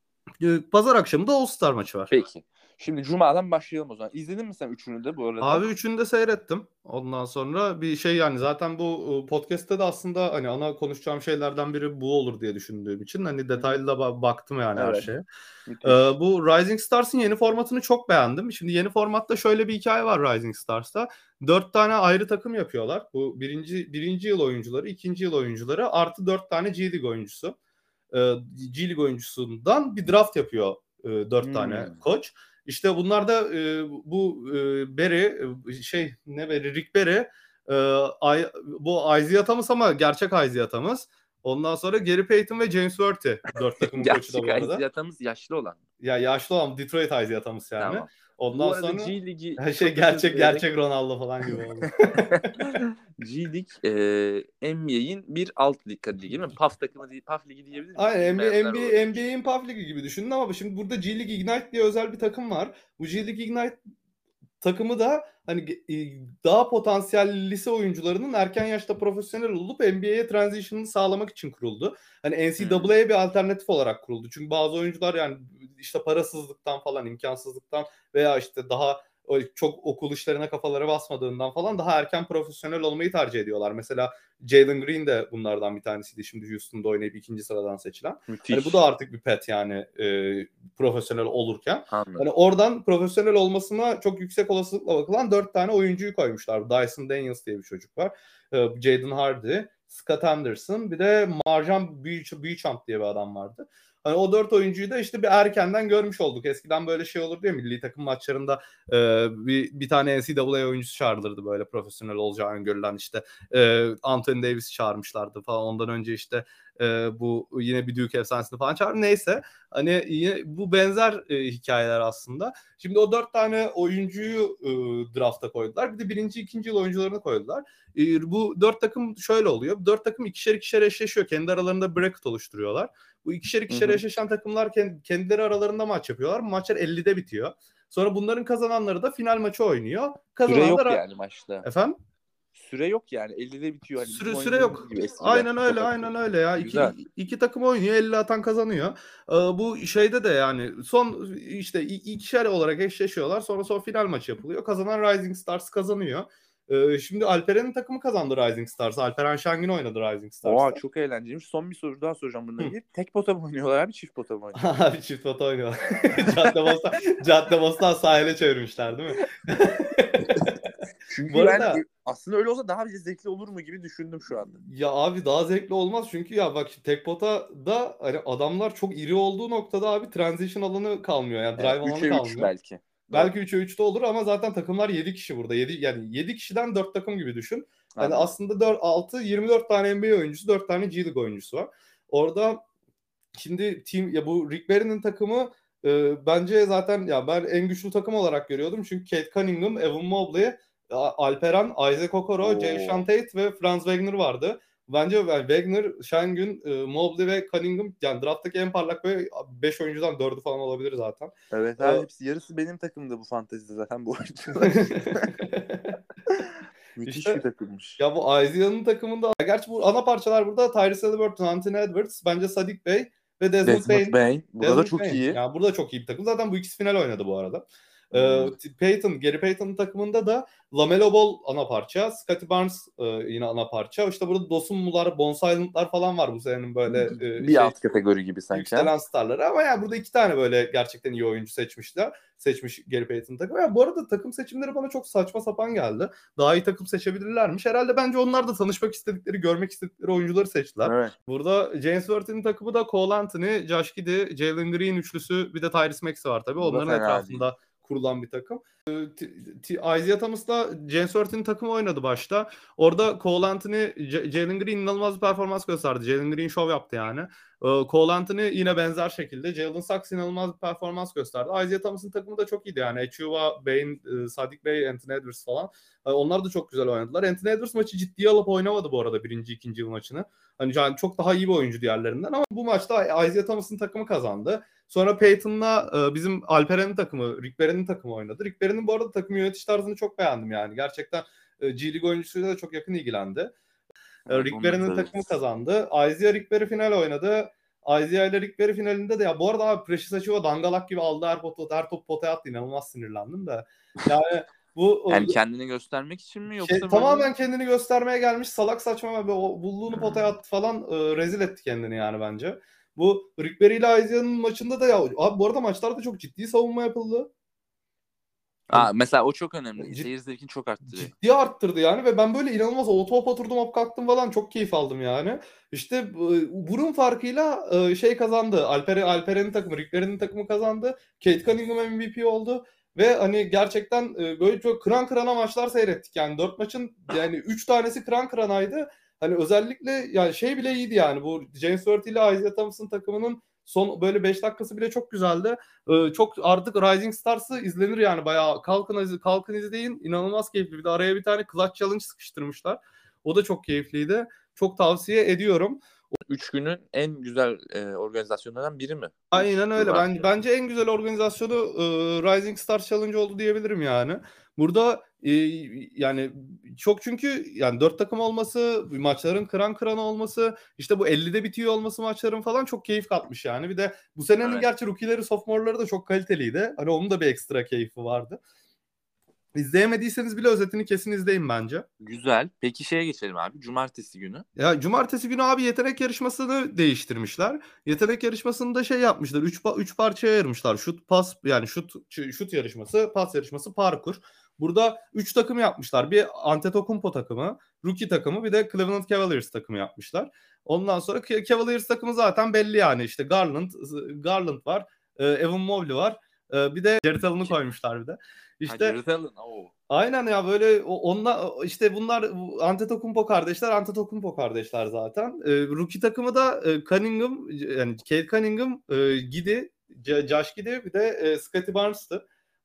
E, Pazar akşamı da All Star maçı var. Peki. Şimdi cumadan başlayalım o zaman. İzledin mi sen üçünü de bu arada? Abi üçünü de seyrettim. Ondan sonra bir şey yani zaten bu podcast'te de aslında hani ana konuşacağım şeylerden biri bu olur diye düşündüğüm için hani detaylı da ba- baktım yani her Evet. şeye. Müthiş. Ee, bu Rising Stars'ın yeni formatını çok beğendim. Şimdi yeni formatta şöyle bir hikaye var Rising Stars'ta. Dört tane ayrı takım yapıyorlar. Bu birinci, birinci yıl oyuncuları, ikinci yıl oyuncuları artı dört tane G League oyuncusu. Ee, G League oyuncusundan bir draft yapıyor e, dört Hmm. tane koç. İşte bunlar da e, bu e, Barry şey ne Barry Rick Barry e, I, bu Isaiah Thomas ama gerçek Isaiah Thomas. Ondan sonra Gary Payton ve James Worthy dört takımın koçu da bu Gerçek arada. Isaiah'ımız yaşlı olan. Ya yaşlı olan Detroit Isaiah Thomas yani. Tamam. Ondan Bu arada sonra G Ligi her şey gerçek gerçek Ronaldo falan gibi oldu. G Lig e, N B A'in bir alt lig ligi mi? P A F takımı değil, P A F ligi diyebilir miyiz? Aynen N B A, Bilmeyenler N B A, olabilir. N B A'in P A F Ligi gibi düşünün ama şimdi burada G League Ignite diye özel bir takım var. Bu G League Ignite takımı da hani daha potansiyel lise oyuncularının erken yaşta profesyonel olup N B A'ye transition'ını sağlamak için kuruldu. Hani N C A A'ye bir alternatif olarak kuruldu. Çünkü bazı oyuncular yani işte parasızlıktan falan, imkansızlıktan veya işte daha çok okul işlerine kafaları basmadığından falan daha erken profesyonel olmayı tercih ediyorlar. Mesela Jalen Green de bunlardan bir tanesiydi. Şimdi Houston'da oynayıp ikinci sıradan seçilen. Müthiş. Hani bu da artık bir pet yani e, profesyonel olurken. Anladım. Hani oradan profesyonel olmasına çok yüksek olasılıkla bakılan dört tane oyuncuyu koymuşlar. Dyson Daniels diye bir çocuk var. E, Jaden Hardy, Scott Anderson, bir de Marjan Beauchamp diye bir adam vardı. Hani o dört oyuncuyu da işte bir erkenden görmüş olduk. Eskiden böyle şey olur diye milli takım maçlarında e, bir, bir tane N C A A oyuncusu çağrılırdı böyle profesyonel olacağını görülen işte e, Anthony Davis'i çağırmışlardı falan. Ondan önce işte e, bu yine bir Duke efsanesini falan çağırdı. Neyse hani yine, bu benzer e, hikayeler aslında. Şimdi o dört tane oyuncuyu e, drafta koydular. Bir de birinci, ikinci yıl oyuncularını koydular. E, bu dört takım şöyle oluyor. Dört takım ikişer ikişer eşleşiyor. Kendi aralarında bracket oluşturuyorlar. Bu ikişer ikişer Hı hı. eşleşen takımlar kendileri aralarında maç yapıyorlar. Maçlar ellide bitiyor. Sonra bunların kazananları da final maçı oynuyor. Süre yok Kazananlar yani maçta. efendim? süre yok yani. ellide bitiyor. Hani Süre süre yok. gibi eskiden. Aynen öyle, Sokakta. aynen öyle ya. İki, Güzel. iki takım oynuyor, elli atan kazanıyor. Ee, bu şeyde de yani son işte ikişer olarak eşleşiyorlar. Sonra son final maçı yapılıyor. Kazanan Rising Stars kazanıyor. Ee, şimdi Alperen'in takımı kazandı Rising Stars. Alperen Şengün oynadı Rising Stars'ta. Oha çok eğlenceliymiş. Son bir soru daha soracağım bununla ilgili. Tek pota mı oynuyorlar abi, çift pota mı oynuyorlar? Abi çift pota oynuyorlar. Caddebostan, Caddebostan sahile çevirmişler değil mi? Çünkü Bu arada ben aslında öyle olsa daha zevkli olur mu gibi düşündüm şu anda. ya abi daha zevkli olmaz çünkü ya bak tek potada hani adamlar çok iri olduğu noktada abi transition alanı kalmıyor. Yani drive Evet, alanı üçe üç kalmıyor. belki. Belki üçe üçte olur ama zaten takımlar yedi kişi burada. yedi yani yedi kişiden dört takım gibi düşün. Yani Anladım. aslında dört altı yirmi dört tane N B A oyuncusu, dört tane G League oyuncusu var. Orada şimdi team ya bu Rick Barry'nin takımı e, bence zaten ya ben en güçlü takım olarak görüyordum. Çünkü Cade Cunningham, Evan Mobley, Alperen, Isaac Okoro, Jason Tate ve Franz Wagner vardı. Bence yani Wagner, Şengün, e, Mobley ve Cunningham yani drafttaki en parlak böyle beş oyuncudan dördü falan olabilir zaten. Evet abi, hepsi yarısı benim takımda bu fantezide zaten bu oyuncular. Müthiş İşte, bir takımmış. Ya bu Isaiah'nın takımında gerçi bu ana parçalar burada Tyrese Haliburton, Anthony Edwards, bence Sadiq Bey ve Desmond, Desmond Bane. Burada da çok Bane. iyi. Yani burada çok iyi bir takım. Zaten bu ikisi final oynadı bu arada. Hmm. Ee, Peyton, Gary Payton'ın takımında da LaMelo Ball ana parça, Scotty Barnes e, yine ana parça. İşte burada Dosunmular, Bon Silent'lar falan var bu senenin böyle e, bir şey, alt kategori gibi sanki. yükselen starları ama yani burada iki tane böyle gerçekten iyi oyuncu seçmişler. Seçmiş Gary Payton takımı. Yani bu arada takım seçimleri bana çok saçma sapan geldi. Daha iyi takım seçebilirlermiş. Herhalde bence onlar da tanışmak istedikleri, görmek istedikleri oyuncuları seçtiler. Evet. Burada James Worthy'nin takımı da Cole Anthony, Josh Giddey, Jalen Green üçlüsü, bir de Tyrese Maxey var tabii. Onların etrafında değil. Kurulan bir takım. Isaiah Thomas'la James Worthy'nin takımı oynadı başta. Orada Cole Anthony, J- Jalen Green inanılmaz bir performans gösterdi. Jalen Green şov yaptı yani. Cole Anthony yine benzer şekilde. Jalen Sachs inanılmaz bir performans gösterdi. Isaiah Thomas'ın takımı da çok iyiydi yani. Echuva, Bane, Sadiq Bey, Anthony Edwards falan. Onlar da çok güzel oynadılar. Anthony Edwards maçı ciddiye alıp oynamadı bu arada birinci, ikinci yıl maçını. Hani yani çok daha iyi bir oyuncu diğerlerinden ama bu maçta Isaiah Thomas'ın takımı kazandı. Sonra Peyton'la bizim Alperen'in takımı, Rick Barry'nin takımı oynadı. Rick Barry'nin bu arada takım yönetiş tarzını çok beğendim yani. Gerçekten G League oyuncusuyla da çok yakın ilgilendi. Evet, Rick Barry'nin takımı kazandı. Isaiah Rick Barry final oynadı. Isaiah ile Rick Barry finalinde de ya bu arada abi Precious Achiuwa dangalak gibi aldı her, pot, her top potaya attı. İnanılmaz sinirlendim de. Yani bu yani kendini göstermek için mi yoksa şey, böyle... tamamen kendini göstermeye gelmiş salak saçma ve o bulduğunu potaya attı falan e, rezil etti kendini yani bence. Bu Rick Barry ile Isaiah'nın maçında da ya abi bu arada maçlarda çok ciddi savunma yapıldı. Aa, mesela o çok önemli. Cid- Seyir zevkini çok arttırıyor. Ciddi arttırdı yani ve ben böyle inanılmaz oto hop oturdum hop kalktım falan çok keyif aldım yani. İşte e, burun farkıyla e, şey kazandı. Alper Alperen'in takımı, Rick Barry'nin takımı kazandı. Cade Cunningham M V P oldu. Ve hani gerçekten e, böyle çok kıran kırana maçlar seyrettik yani. Dört maçın yani üç tanesi kıran kıranaydı. Hani özellikle yani şey bile iyiydi yani. Bu James Worthy ile Isaiah Thomas'ın takımının son böyle beş dakikası bile çok güzeldi. Ee, çok artık Rising Stars'ı izlenir yani bayağı. Kalkın, kalkın izleyin. İnanılmaz keyifli. Bir de araya bir tane Clutch Challenge sıkıştırmışlar. O da çok keyifliydi. Çok tavsiye ediyorum. Üç günün en güzel e, organizasyonlarından biri mi? Aynen öyle. Ben, bence en güzel organizasyonu e, Rising Stars Challenge oldu diyebilirim yani. Burada e, yani çok çünkü yani dört takım olması, maçların kıran kırana olması, işte bu ellide bitiyor olması maçların falan çok keyif katmış yani. Bir de bu senenin evet. Gerçi rookie'leri, sophomor'ları da çok kaliteliydi. Hani onun da bir ekstra keyfi vardı. İzleyemediyseniz bile özetini kesin izleyin bence. Güzel. Peki şeye geçelim abi. Cumartesi günü. Ya cumartesi günü abi yetenek yarışmasını değiştirmişler. Yetenek yarışmasında şey yapmışlar. üç üç parçaya ayırmışlar. Şut, pas yani şut şut yarışması, pas yarışması, parkur. Burada üç takım yapmışlar. Bir Antetokounmpo takımı, rookie takımı, bir de Cleveland Cavaliers takımı yapmışlar. Ondan sonra Cavaliers takımı zaten belli yani. İşte Garland, Garland var, Evan Mobley var. Bir de Jarrett Allen'ı koymuşlar bir de. İşte ha, Jarrett Allen. Oo. Aynen ya böyle onunla işte bunlar Antetokounmpo kardeşler, Antetokounmpo kardeşler zaten. E, rookie takımı da e, Cunningham yani Cade Cunningham, e, Giddey, Josh Giddey bir de e, Scotty Barnes'tı.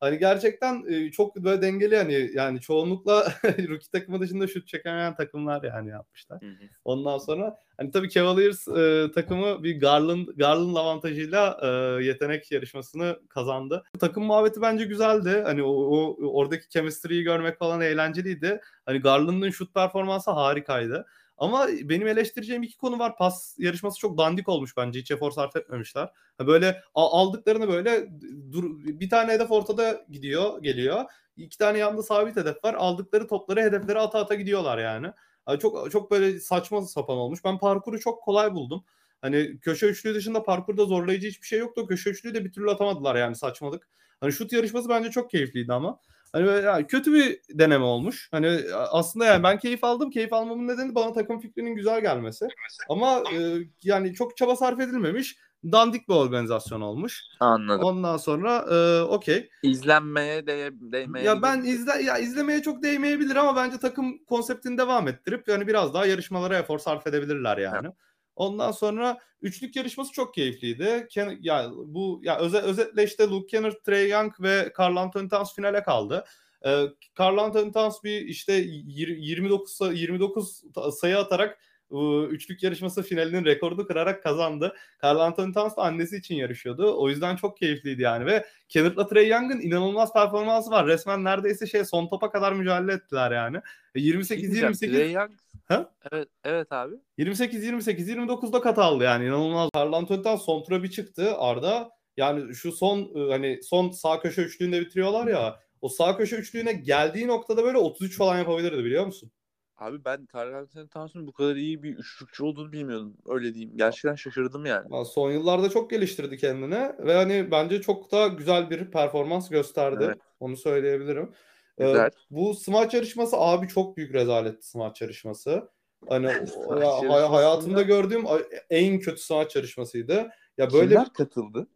Hani gerçekten e, çok böyle dengeli hani yani çoğunlukla rookie takımı dışında şut çekemeyen takımlar yani yapmışlar. Hı hı. Ondan sonra hani tabii Cavaliers e, takımı bir Garland Garland avantajıyla e, yetenek yarışmasını kazandı. Takım muhabbeti bence güzeldi. Hani o, o oradaki chemistry'yi görmek falan eğlenceliydi. Hani Garland'ın şut performansı harikaydı. Ama benim eleştireceğim iki konu var. Pas yarışması çok dandik olmuş bence. Hiç efor sarf etmemişler. Böyle aldıklarını böyle dur, bir tane hedef ortada gidiyor, geliyor. İki tane yanında sabit hedef var. Aldıkları topları hedeflere ata ata gidiyorlar yani. Yani çok çok böyle saçma sapan olmuş. Ben parkuru çok kolay buldum. Hani köşe üçlüğü dışında parkurda zorlayıcı hiçbir şey yoktu. Köşe üçlüğü de bir türlü atamadılar yani saçmalık. Hani şut yarışması bence çok keyifliydi ama. Hani böyle yani kötü bir deneme olmuş. Hani aslında yani ben keyif aldım. Keyif almamın nedeni bana takım fikrinin güzel gelmesi. Ama e, yani çok çaba sarf edilmemiş. Dandik bir organizasyon olmuş. Anladım. Ondan sonra e, okey. İzlenmeye değ değmeyebilir. Ya ben izle ya izlemeye çok değmeyebilir ama bence takım konseptini devam ettirip yani biraz daha yarışmalara efor sarf edebilirler yani. Evet. Ondan sonra üçlük yarışması çok keyifliydi. Ken, ya bu ya öze, özetle işte Luke Kennard, Trae Young ve Karl Anthony Towns finale kaldı. Ee, Karl Anthony Towns bir işte yirmi dokuz yirmi dokuz sayı atarak üçlük yarışması finalinin rekorunu kırarak kazandı. Karl Anthony Towns da annesi için yarışıyordu. O yüzden çok keyifliydi yani ve Kennard'la Trae Young'ın inanılmaz performansı var. Resmen neredeyse şey son topa kadar mücadele ettiler yani. yirmi sekiz yirmi sekiz Trae Young. Ha? Evet, evet abi. yirmi sekiz yirmi sekiz yirmi dokuzda kat aldı yani inanılmaz. Karl Anthony Towns son tura bir çıktı. Arda yani şu son hani son sağ köşe üçlüğünde bitiriyorlar ya. O sağ köşe üçlüğüne geldiği noktada böyle otuz üç falan yapabilirdi biliyor musun? Abi ben Karl Anthony Towns'un bu kadar iyi bir üçlükçü olduğunu bilmiyordum. Öyle diyeyim. Gerçekten şaşırdım yani. Son yıllarda çok geliştirdi kendini ve hani bence çok da güzel bir performans gösterdi. Evet. Onu söyleyebilirim. Güzel. Ee, bu smaç yarışması abi çok büyük rezaletti smaç yarışması. Hani o, ya, yarışmasında... hayatımda gördüğüm en kötü smaç yarışmasıydı. Ya böyle kimler katıldı?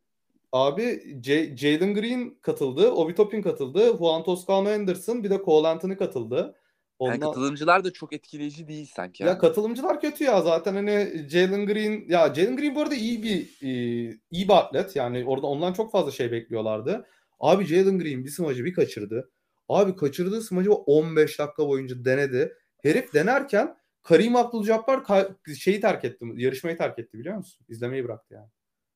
Abi J- Jalen Green katıldı, Obi Toppin katıldı, Juan Toscano Anderson bir de Cole Anthony katıldı. Ondan... Yani katılımcılar da çok etkileyici değil sanki. Ya yani. Katılımcılar kötü ya zaten hani Jalen Green ya Jalen Green bu arada iyi bir iyi bir atlet yani orada ondan çok fazla şey bekliyorlardı. Abi Jalen Green bir smacı bir kaçırdı. Abi kaçırdığı smacı on beş dakika boyunca denedi. Herif denerken Kareem Abdul-Jabbar ka- şeyi terk etti, yarışmayı terk etti biliyor musun? İzlemeyi bıraktı yani.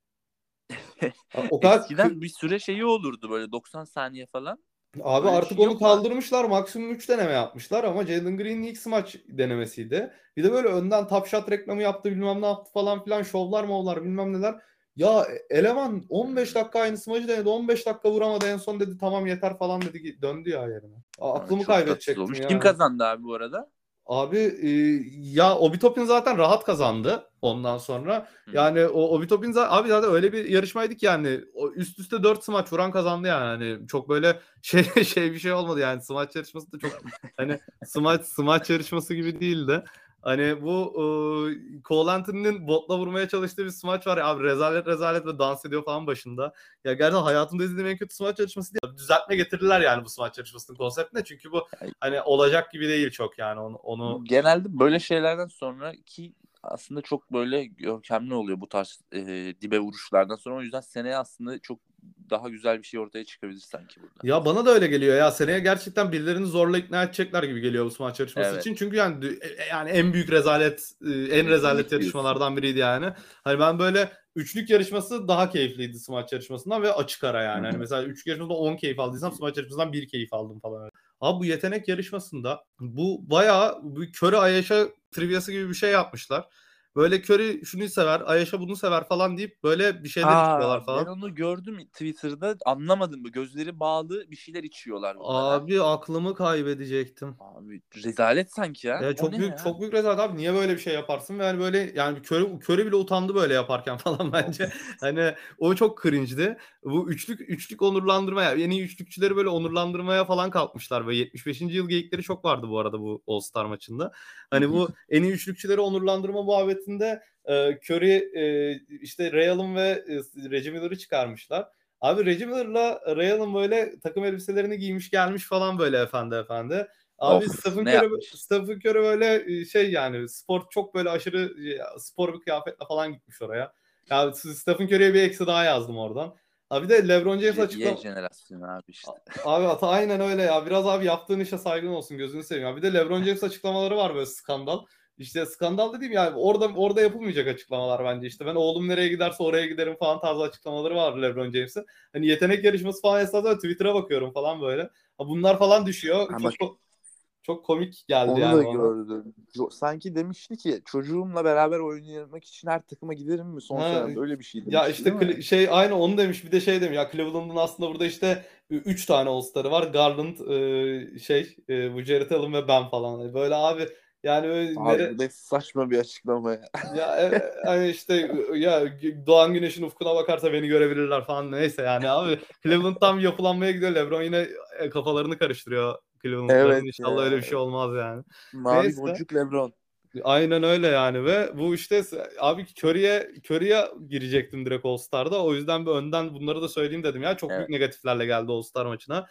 O kadar eskiden bir süre şeyi olurdu böyle doksan saniye falan. Abi öyle artık şey onu kaldırmışlar. Maksimum üç deneme yapmışlar ama Jalen Green'in ilk smaç denemesiydi. Bir de böyle önden top shot reklamı yaptı bilmem ne yaptı falan filan şovlar movlar bilmem neler. Ya eleman on beş dakika aynı smacı denedi. on beş dakika vuramadı en son dedi tamam yeter falan dedi döndü ya yerine. Aa, aklımı kaybedecektim ya. Kim kazandı abi bu arada? Abi e, ya Obi Toppin zaten rahat kazandı ondan sonra. Hı. Yani o Obi Toppin zaten, abi zaten öyle bir yarışmaydı ki yani o üst üste dört smaç vuran kazandı yani. Hani çok böyle şey şey bir şey olmadı yani smaç yarışması da çok hani smaç smaç yarışması gibi değildi. Hani bu e, Cole Anthony'nin botla vurmaya çalıştığı bir smaç var ya abi rezalet rezalet ve dans ediyor falan başında. Ya gerçekten hayatımda izlediğim en kötü smaç yarışması değil. Düzeltme getirdiler yani bu smaç yarışmasının konseptine. Çünkü bu hani olacak gibi değil çok yani onu, onu... Genelde böyle şeylerden sonraki aslında çok böyle görkemli oluyor bu tarz e, dibe vuruşlardan sonra. O yüzden seneye aslında çok daha güzel bir şey ortaya çıkabilir sanki burada. Ya bana da öyle geliyor ya. Seneye gerçekten birilerini zorla ikna edecekler gibi geliyor bu smaç yarışması evet. için. Çünkü yani yani en büyük rezalet, en rezalet yarışmalardan biriydi yani. Hani ben böyle üçlük yarışması daha keyifliydi smaç yarışmasından ve açık ara yani. Hani mesela üçlük yarışmasında on keyif aldıysam smaç yarışmasından bir keyif aldım falan. Abi bu yetenek yarışmasında bu bayağı bu Curry Ayesha triviası gibi bir şey yapmışlar. Böyle Curry şunu sever, Ayesha bunu sever falan deyip böyle bir şeyler Aa, içiyorlar falan. Ben onu gördüm Twitter'da. Anlamadım. Gözleri bağlı bir şeyler içiyorlar bunlar. Abi ha. Aklımı kaybedecektim. Abi rezalet sanki ya. ya çok büyük ya? çok büyük rezalet abi. Niye böyle bir şey yaparsın? Ve yani böyle yani Curry, Curry bile utandı böyle yaparken falan bence. Hani o çok cringe'di. Bu üçlük üçlük onurlandırmaya, yeni üçlükçüleri böyle onurlandırmaya falan kalkmışlar ve yetmiş beşinci yıl geyikleri çok vardı bu arada bu All-Star maçında. Hani bu en iyi üçlükçüleri onurlandırma muhabbetinde e, Curry e, işte Ray Allen ve e, Reggie Miller'ı çıkarmışlar. Abi Reggie Miller'la Ray Allen böyle takım elbiselerini giymiş gelmiş falan böyle efendi efendi. Abi of, Stephen Curry, Stephen Curry böyle şey yani spor çok böyle aşırı spor bir kıyafetle falan gitmiş oraya. Ya Stephen Curry'e bir eksi daha yazdım oradan. Abi de LeBron James Y açıklama... jenerasyonu abi işte. Abi ata aynen öyle ya. Biraz abi yaptığın işe saygın olsun, gözünü seveyim. Abi de LeBron James açıklamaları var böyle skandal. İşte skandal dediğim yani orada orada yapılmayacak açıklamalar bence. İşte ben oğlum nereye giderse oraya giderim falan tarzı açıklamaları var LeBron James'in. Hani yetenek yarışması falan esnasında Twitter'a bakıyorum falan böyle. Ha bunlar falan düşüyor. Ama Çok çok komik geldi onu yani da bana. gördüm. Sanki demişti ki çocuğumla beraber oynamak için her takıma giderim mi son Ha, senemde, öyle bir şey ya demişti işte değil mi? Cle- şey aynı onu demiş, bir de şey demiş ya Cleveland'ın aslında burada işte üç tane All-Star'ı var. Garland, e, şey e, bu Jared Allen ve ben falan. Böyle abi yani öyle Abi nere bu da saçma bir açıklama ya. ya e, hani işte ya doğan güneşin ufkuna bakarsa beni görebilirler falan, neyse yani abi Cleveland tam yapılanmaya gidiyor. LeBron yine e, kafalarını karıştırıyor Cleveland'ların. Evet İnşallah öyle ya. bir şey olmaz yani. Mavi Neyse. boncuk LeBron. Aynen öyle yani ve bu işte abi Curry'e Curry'e girecektim direkt All Star'da. O yüzden bir önden bunları da söyleyeyim dedim ya. Çok büyük Evet. negatiflerle geldi All Star maçına.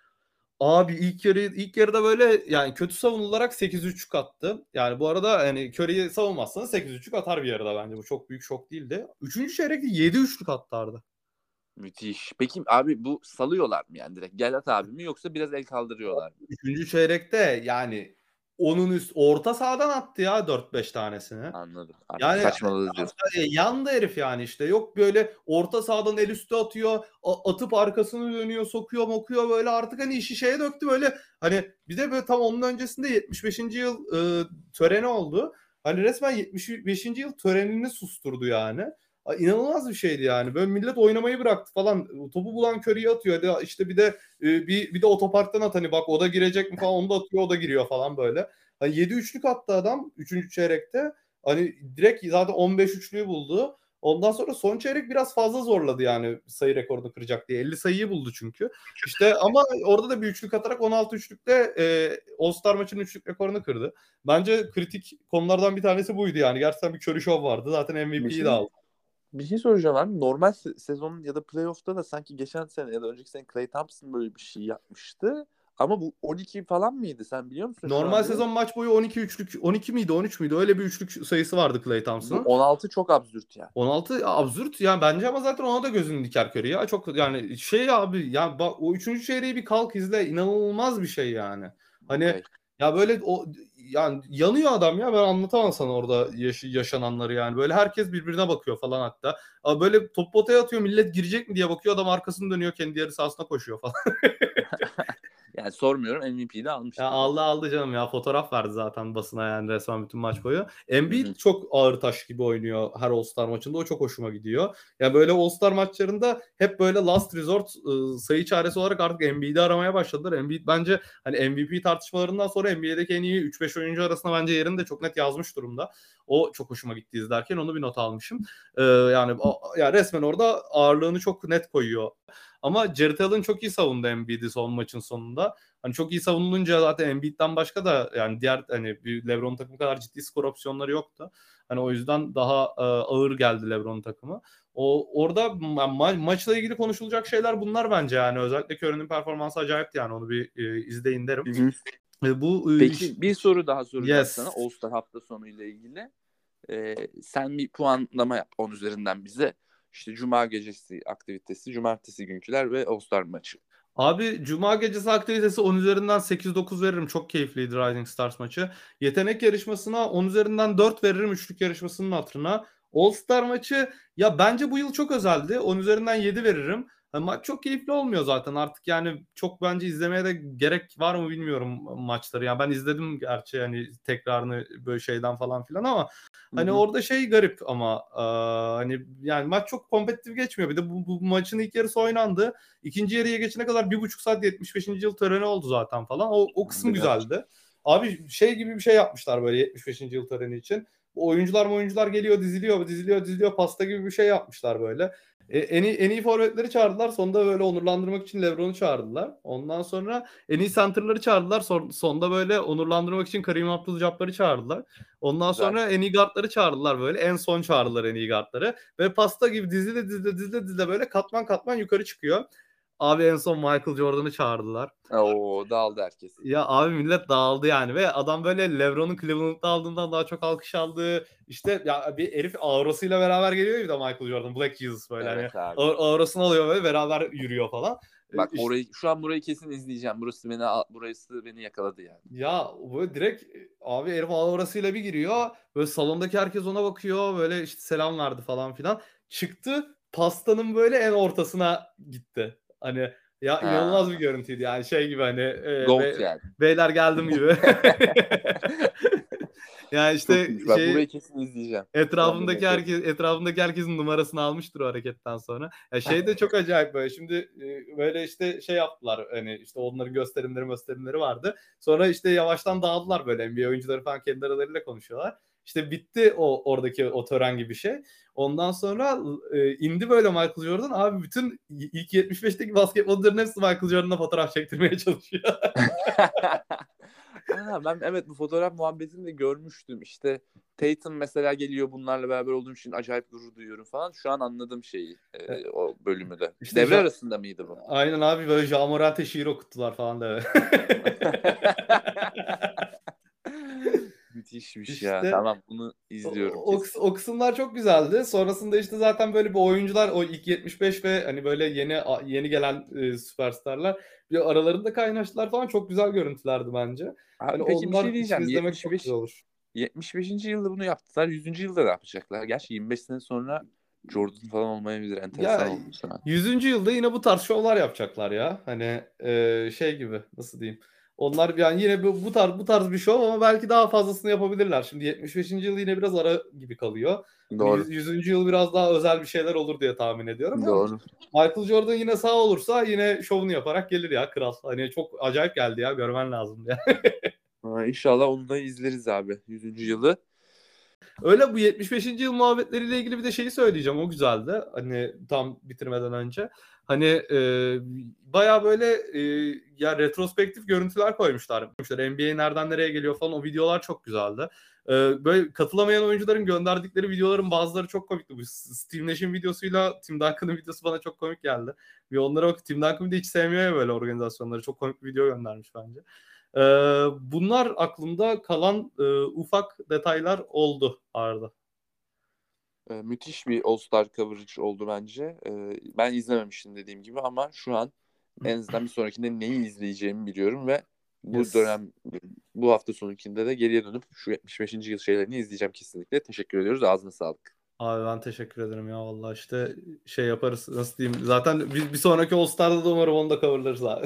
Abi ilk yarı ilk yarıda böyle yani kötü savunularak sekiz üçlük attı. Yani bu arada hani Curry'i savunmazsanız sekiz üçlük atar bir yarıda bence. Bu çok büyük şok değildi. Üçüncü çeyrekte yedi üçlük attı Arda. Müthiş. Peki abi bu salıyorlar mı yani direkt? Gel at abi mi, yoksa biraz el kaldırıyorlar mı? Üçüncü çeyrekte yani onun üst orta sahadan attı ya dört beş tanesini. Anladım. Artık Yani saçmaladı diyorsun. e, yandı herif yani işte. Yok böyle orta sahadan el üstü atıyor. a- Atıp arkasını dönüyor, sokuyor mokuyor böyle artık hani işi şeye döktü böyle. Hani bir de böyle tam onun öncesinde yetmiş beşinci yıl e, töreni oldu. Hani resmen yetmiş beşinci yıl törenini susturdu yani. A, İnanılmaz bir şeydi yani. Böyle millet oynamayı bıraktı falan. Topu bulan Curry'yi atıyor. Hadi işte bir de e, bir bir de otoparktan at hani bak o da girecek mi falan, onu da atıyor, o da giriyor falan böyle. Hani yedi üçlük attı adam üçüncü çeyrekte. Hani direkt zaten on beş üçlüyü buldu. Ondan sonra son çeyrek biraz fazla zorladı yani sayı rekorunu kıracak diye. elli sayıyı buldu çünkü. İşte ama orada da bir üçlük atarak on altı üçlükte e, All-Star maçının üçlük rekorunu kırdı. Bence kritik konulardan bir tanesi buydu yani. Gerçekten bir Curry Show vardı. Zaten Bir M V P'yi de şey aldı. bir şey soracağım abi. Normal se- sezonun ya da playoff'ta da sanki geçen sene ya da önceki sene Klay Thompson böyle bir şey yapmıştı. Ama bu on iki falan mıydı? Sen biliyor musun şu Normal anda? sezon maç boyu on iki üçlük, on iki miydi on üç müydü? Öyle bir üçlük sayısı vardı Klay Bu Thompson'ın. on altı çok absürt yani. on altı absürt yani bence ama zaten ona da gözünü diker Curry ya. Çok yani şey abi yani bak o üçüncü çeyreği bir kalk izle, inanılmaz bir şey yani. Hani Okay. ya böyle o yani yanıyor adam ya, ben anlatamam sana orada yaş- yaşananları yani. Böyle herkes birbirine bakıyor falan hatta. Abi böyle top potaya atıyor, millet girecek mi diye bakıyor, adam arkasını dönüyor kendi yarı sahasına koşuyor falan. Yani sormuyorum, M V P'yi de Ya almıştır. aldı aldı canım ya, fotoğraf verdi zaten basına yani resmen bütün maç boyu. Embiid Hı hı. çok ağır taş gibi oynuyor her All-Star maçında, o çok hoşuma gidiyor. Ya böyle All-Star maçlarında hep böyle last resort ıı, sayı çaresi olarak artık Embiid'i aramaya başladılar. Embiid bence hani M V P tartışmalarından sonra N B A'deki en iyi üç beş oyuncu arasında bence yerini de çok net yazmış durumda. O çok hoşuma gitti izlerken, onu bir not almışım. Ee, yani o, ya resmen orada ağırlığını çok net koyuyor. Ama Jared Allen çok iyi savundu Embiid'i son maçın sonunda. Hani çok iyi savunulunca zaten Embiid'den başka da yani diğer hani bir LeBron takımı kadar ciddi skor opsiyonları yoktu. Hani o yüzden daha e, ağır geldi LeBron takımı. O orada ma- maçla ilgili konuşulacak şeyler bunlar bence yani. Özellikle Curry'nin performansı acayipti yani, onu bir e, izleyin derim. Hı hı. E, bu e, Peki bir soru daha soracağım yes. sana All-Star hafta sonu ile ilgili. Ee, sen bir puanlama yap on üzerinden bize. İşte Cuma gecesi aktivitesi, Cumartesi günküler ve All-Star maçı. Abi Cuma gecesi aktivitesi on üzerinden sekiz dokuz veririm. Çok keyifliydi Rising Stars maçı. Yetenek yarışmasına on üzerinden dört veririm üçlük yarışmasının hatırına. All Star maçı ya bence bu yıl çok özeldi. on üzerinden yedi veririm. Ha, maç çok keyifli olmuyor zaten artık yani, çok bence izlemeye de gerek var mı bilmiyorum maçları. Yani ben izledim gerçi yani tekrarını böyle şeyden falan filan ama hani Hı hı. orada şey garip ama e, hani yani maç çok kompetitif geçmiyor. Bir de bu, bu maçın ilk yarısı oynandı. İkinci yarıya geçene kadar bir buçuk saat yetmiş beşinci yıl töreni oldu zaten falan. O, o kısım Biraz. güzeldi. Abi şey gibi bir şey yapmışlar böyle yetmiş beşinci yıl töreni için. Bu oyuncular oyuncular geliyor, diziliyor, diziliyor, diziliyor. Pasta gibi bir şey yapmışlar böyle. E, en iyi, en iyi forvetleri çağırdılar. Sonunda böyle onurlandırmak için LeBron'u çağırdılar. Ondan sonra en iyi center'ları çağırdılar. Son, sonunda böyle onurlandırmak için Kareem Abdul-Jabbar'ı çağırdılar. Ondan Güzel. sonra en iyi guardları çağırdılar böyle. En son çağırdılar en iyi guardları. Ve pasta gibi dizile dizile dizile dizile böyle katman katman yukarı çıkıyor. Abi en son Michael Jordan'ı çağırdılar. Oo, dağıldı herkes. Ya abi millet dağıldı yani ve adam böyle LeBron'un Cleveland'da aldığından daha çok alkış aldı. İşte ya bir herif aurasıyla beraber geliyor ya bir de Michael Jordan. Black Jesus böyle Evet hani abi. aurasını alıyor böyle beraber yürüyor falan. Bak İşte, orayı şu an burayı kesin izleyeceğim. Burası beni burası beni yakaladı yani. ya böyle direkt abi herif aurasıyla bir giriyor. Böyle salondaki herkes ona bakıyor. Böyle işte selam verdi falan filan. Çıktı pastanın böyle en ortasına gitti. Hani ya Ha. inanılmaz bir görüntüydü yani şey gibi hani e, Goat be- yani. beyler geldim gibi. Yani işte Bak şey burayı kesin izleyeceğim. etrafındaki Şu an herkes etrafındaki herkesin numarasını almıştır o hareketten sonra. Ya şey de çok acayip böyle. Şimdi e, böyle işte şey yaptılar hani işte onların gösterimleri gösterimleri vardı. Sonra işte yavaştan dağıldılar böyle N B A oyuncuları falan kendi aralarıyla konuşuyorlar. İşte bitti o oradaki o tören gibi şey. Ondan sonra e, indi böyle Michael Jordan. Abi bütün ilk yetmiş beşteki basketbolcuların hepsi Michael Jordan'la fotoğraf çektirmeye çalışıyor. Aa, ben evet bu fotoğraf muhabbetini de görmüştüm. İşte Tatum mesela geliyor bunlarla beraber olduğum için acayip gurur duyuyorum falan. Şu an anladım şeyi e, o bölümü de. İşte Devre Ja- arasında mıydı bu? Aynen abi böyle Ja Morant'e şiir okuttular falan da. Müthişmiş ya. İşte Tamam bunu o, izliyorum o, kesin. o kısımlar çok güzeldi. Sonrasında işte zaten böyle bir oyuncular o ilk yetmiş beş ve hani böyle yeni yeni gelen e, süperstarlar bir aralarında kaynaştılar falan çok güzel görüntülerdi bence. Abi Hani peki bir onlar şey için diyeceğim. izlemek çok yetmiş beş güzel olur. yetmiş beşinci yılda bunu yaptılar. yüzüncü yılda ne yapacaklar? Gerçi yirmi beş sene sonra Jordan falan olmayabilir. Enteresan Ya oldu şu an. yüzüncü yılda yine bu tarz şovlar yapacaklar ya. Hani e, şey gibi nasıl diyeyim. Onlar yani yine bu, bu tarz bu tarz bir şov ama belki daha fazlasını yapabilirler. Şimdi yetmiş beşinci yıl yine biraz ara gibi kalıyor. Hani Doğru. yüzüncü yıl biraz daha özel bir şeyler olur diye tahmin ediyorum. Ama Doğru. Michael Jordan yine sağ olursa yine şovunu yaparak gelir ya kral. Hani çok acayip geldi ya görmen lazım ya. Ha, İnşallah onu da izleriz abi. yüzüncü yılı. Öyle bu yetmiş beşinci yıl muhabbetleriyle ilgili bir de şeyi söyleyeceğim. O güzeldi. Hani tam bitirmeden önce. Hani e, baya böyle e, ya retrospektif görüntüler koymuşlar. N B A nereden nereye geliyor falan o videolar çok güzeldi. E, böyle katılamayan oyuncuların gönderdikleri videoların bazıları çok komikti. Bu Steve Nash'in videosuyla Tim Duncan'ın videosu bana çok komik geldi. Bir onlara bak Tim Duncan bir de hiç sevmiyor ya böyle organizasyonları. Çok komik bir video göndermiş bence. Ee, bunlar aklımda kalan e, ufak detaylar oldu Arda. Ee, müthiş bir All-Star coverage oldu bence. Ee, ben izlememiştim dediğim gibi ama şu an en azından bir sonrakinde neyi izleyeceğimi biliyorum ve bu Yes. dönem bu hafta sonukinde de geriye dönüp şu yetmiş beşinci yıl şeylerini izleyeceğim kesinlikle. Teşekkür ediyoruz. Ağzına sağlık. Abi ben teşekkür ederim ya vallahi işte şey yaparız nasıl diyeyim. Zaten bir, bir sonraki All Star'da da umarım onu da coverlarız abi.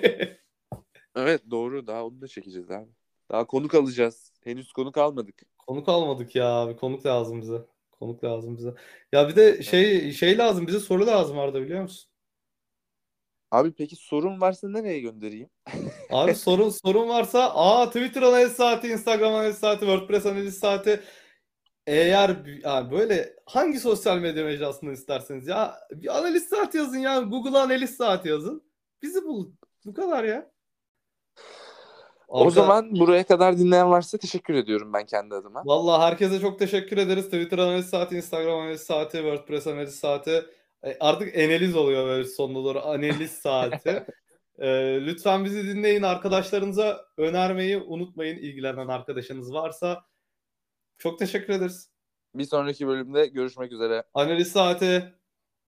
Evet doğru. Daha onu da çekeceğiz abi. Daha konuk alacağız. Henüz konuk almadık. Konuk almadık ya abi. Konuk lazım bize. Konuk lazım bize. Ya bir de şey şey lazım bize soru lazım Arda biliyor musun? Abi peki sorun varsa nereye göndereyim? Abi sorun sorun varsa aa Twitter analiz saati, Instagram analiz saati, WordPress analiz saati. Eğer yani böyle hangi sosyal medya mecrasından isterseniz ya bir analiz saati yazın ya Google'a analiz saati yazın. Bizi bulun. Bu kadar ya. O Arka, zaman buraya kadar dinleyen varsa teşekkür ediyorum ben kendi adıma. vallahi herkese çok teşekkür ederiz. Twitter analiz saati, Instagram analiz saati, WordPress analiz saati. E, artık analiz oluyor böyle sonuna doğru analiz saati. E, lütfen bizi dinleyin. Arkadaşlarınıza önermeyi unutmayın. İlgilenen arkadaşınız varsa. Çok teşekkür ederiz. Bir sonraki bölümde görüşmek üzere. Analiz saati.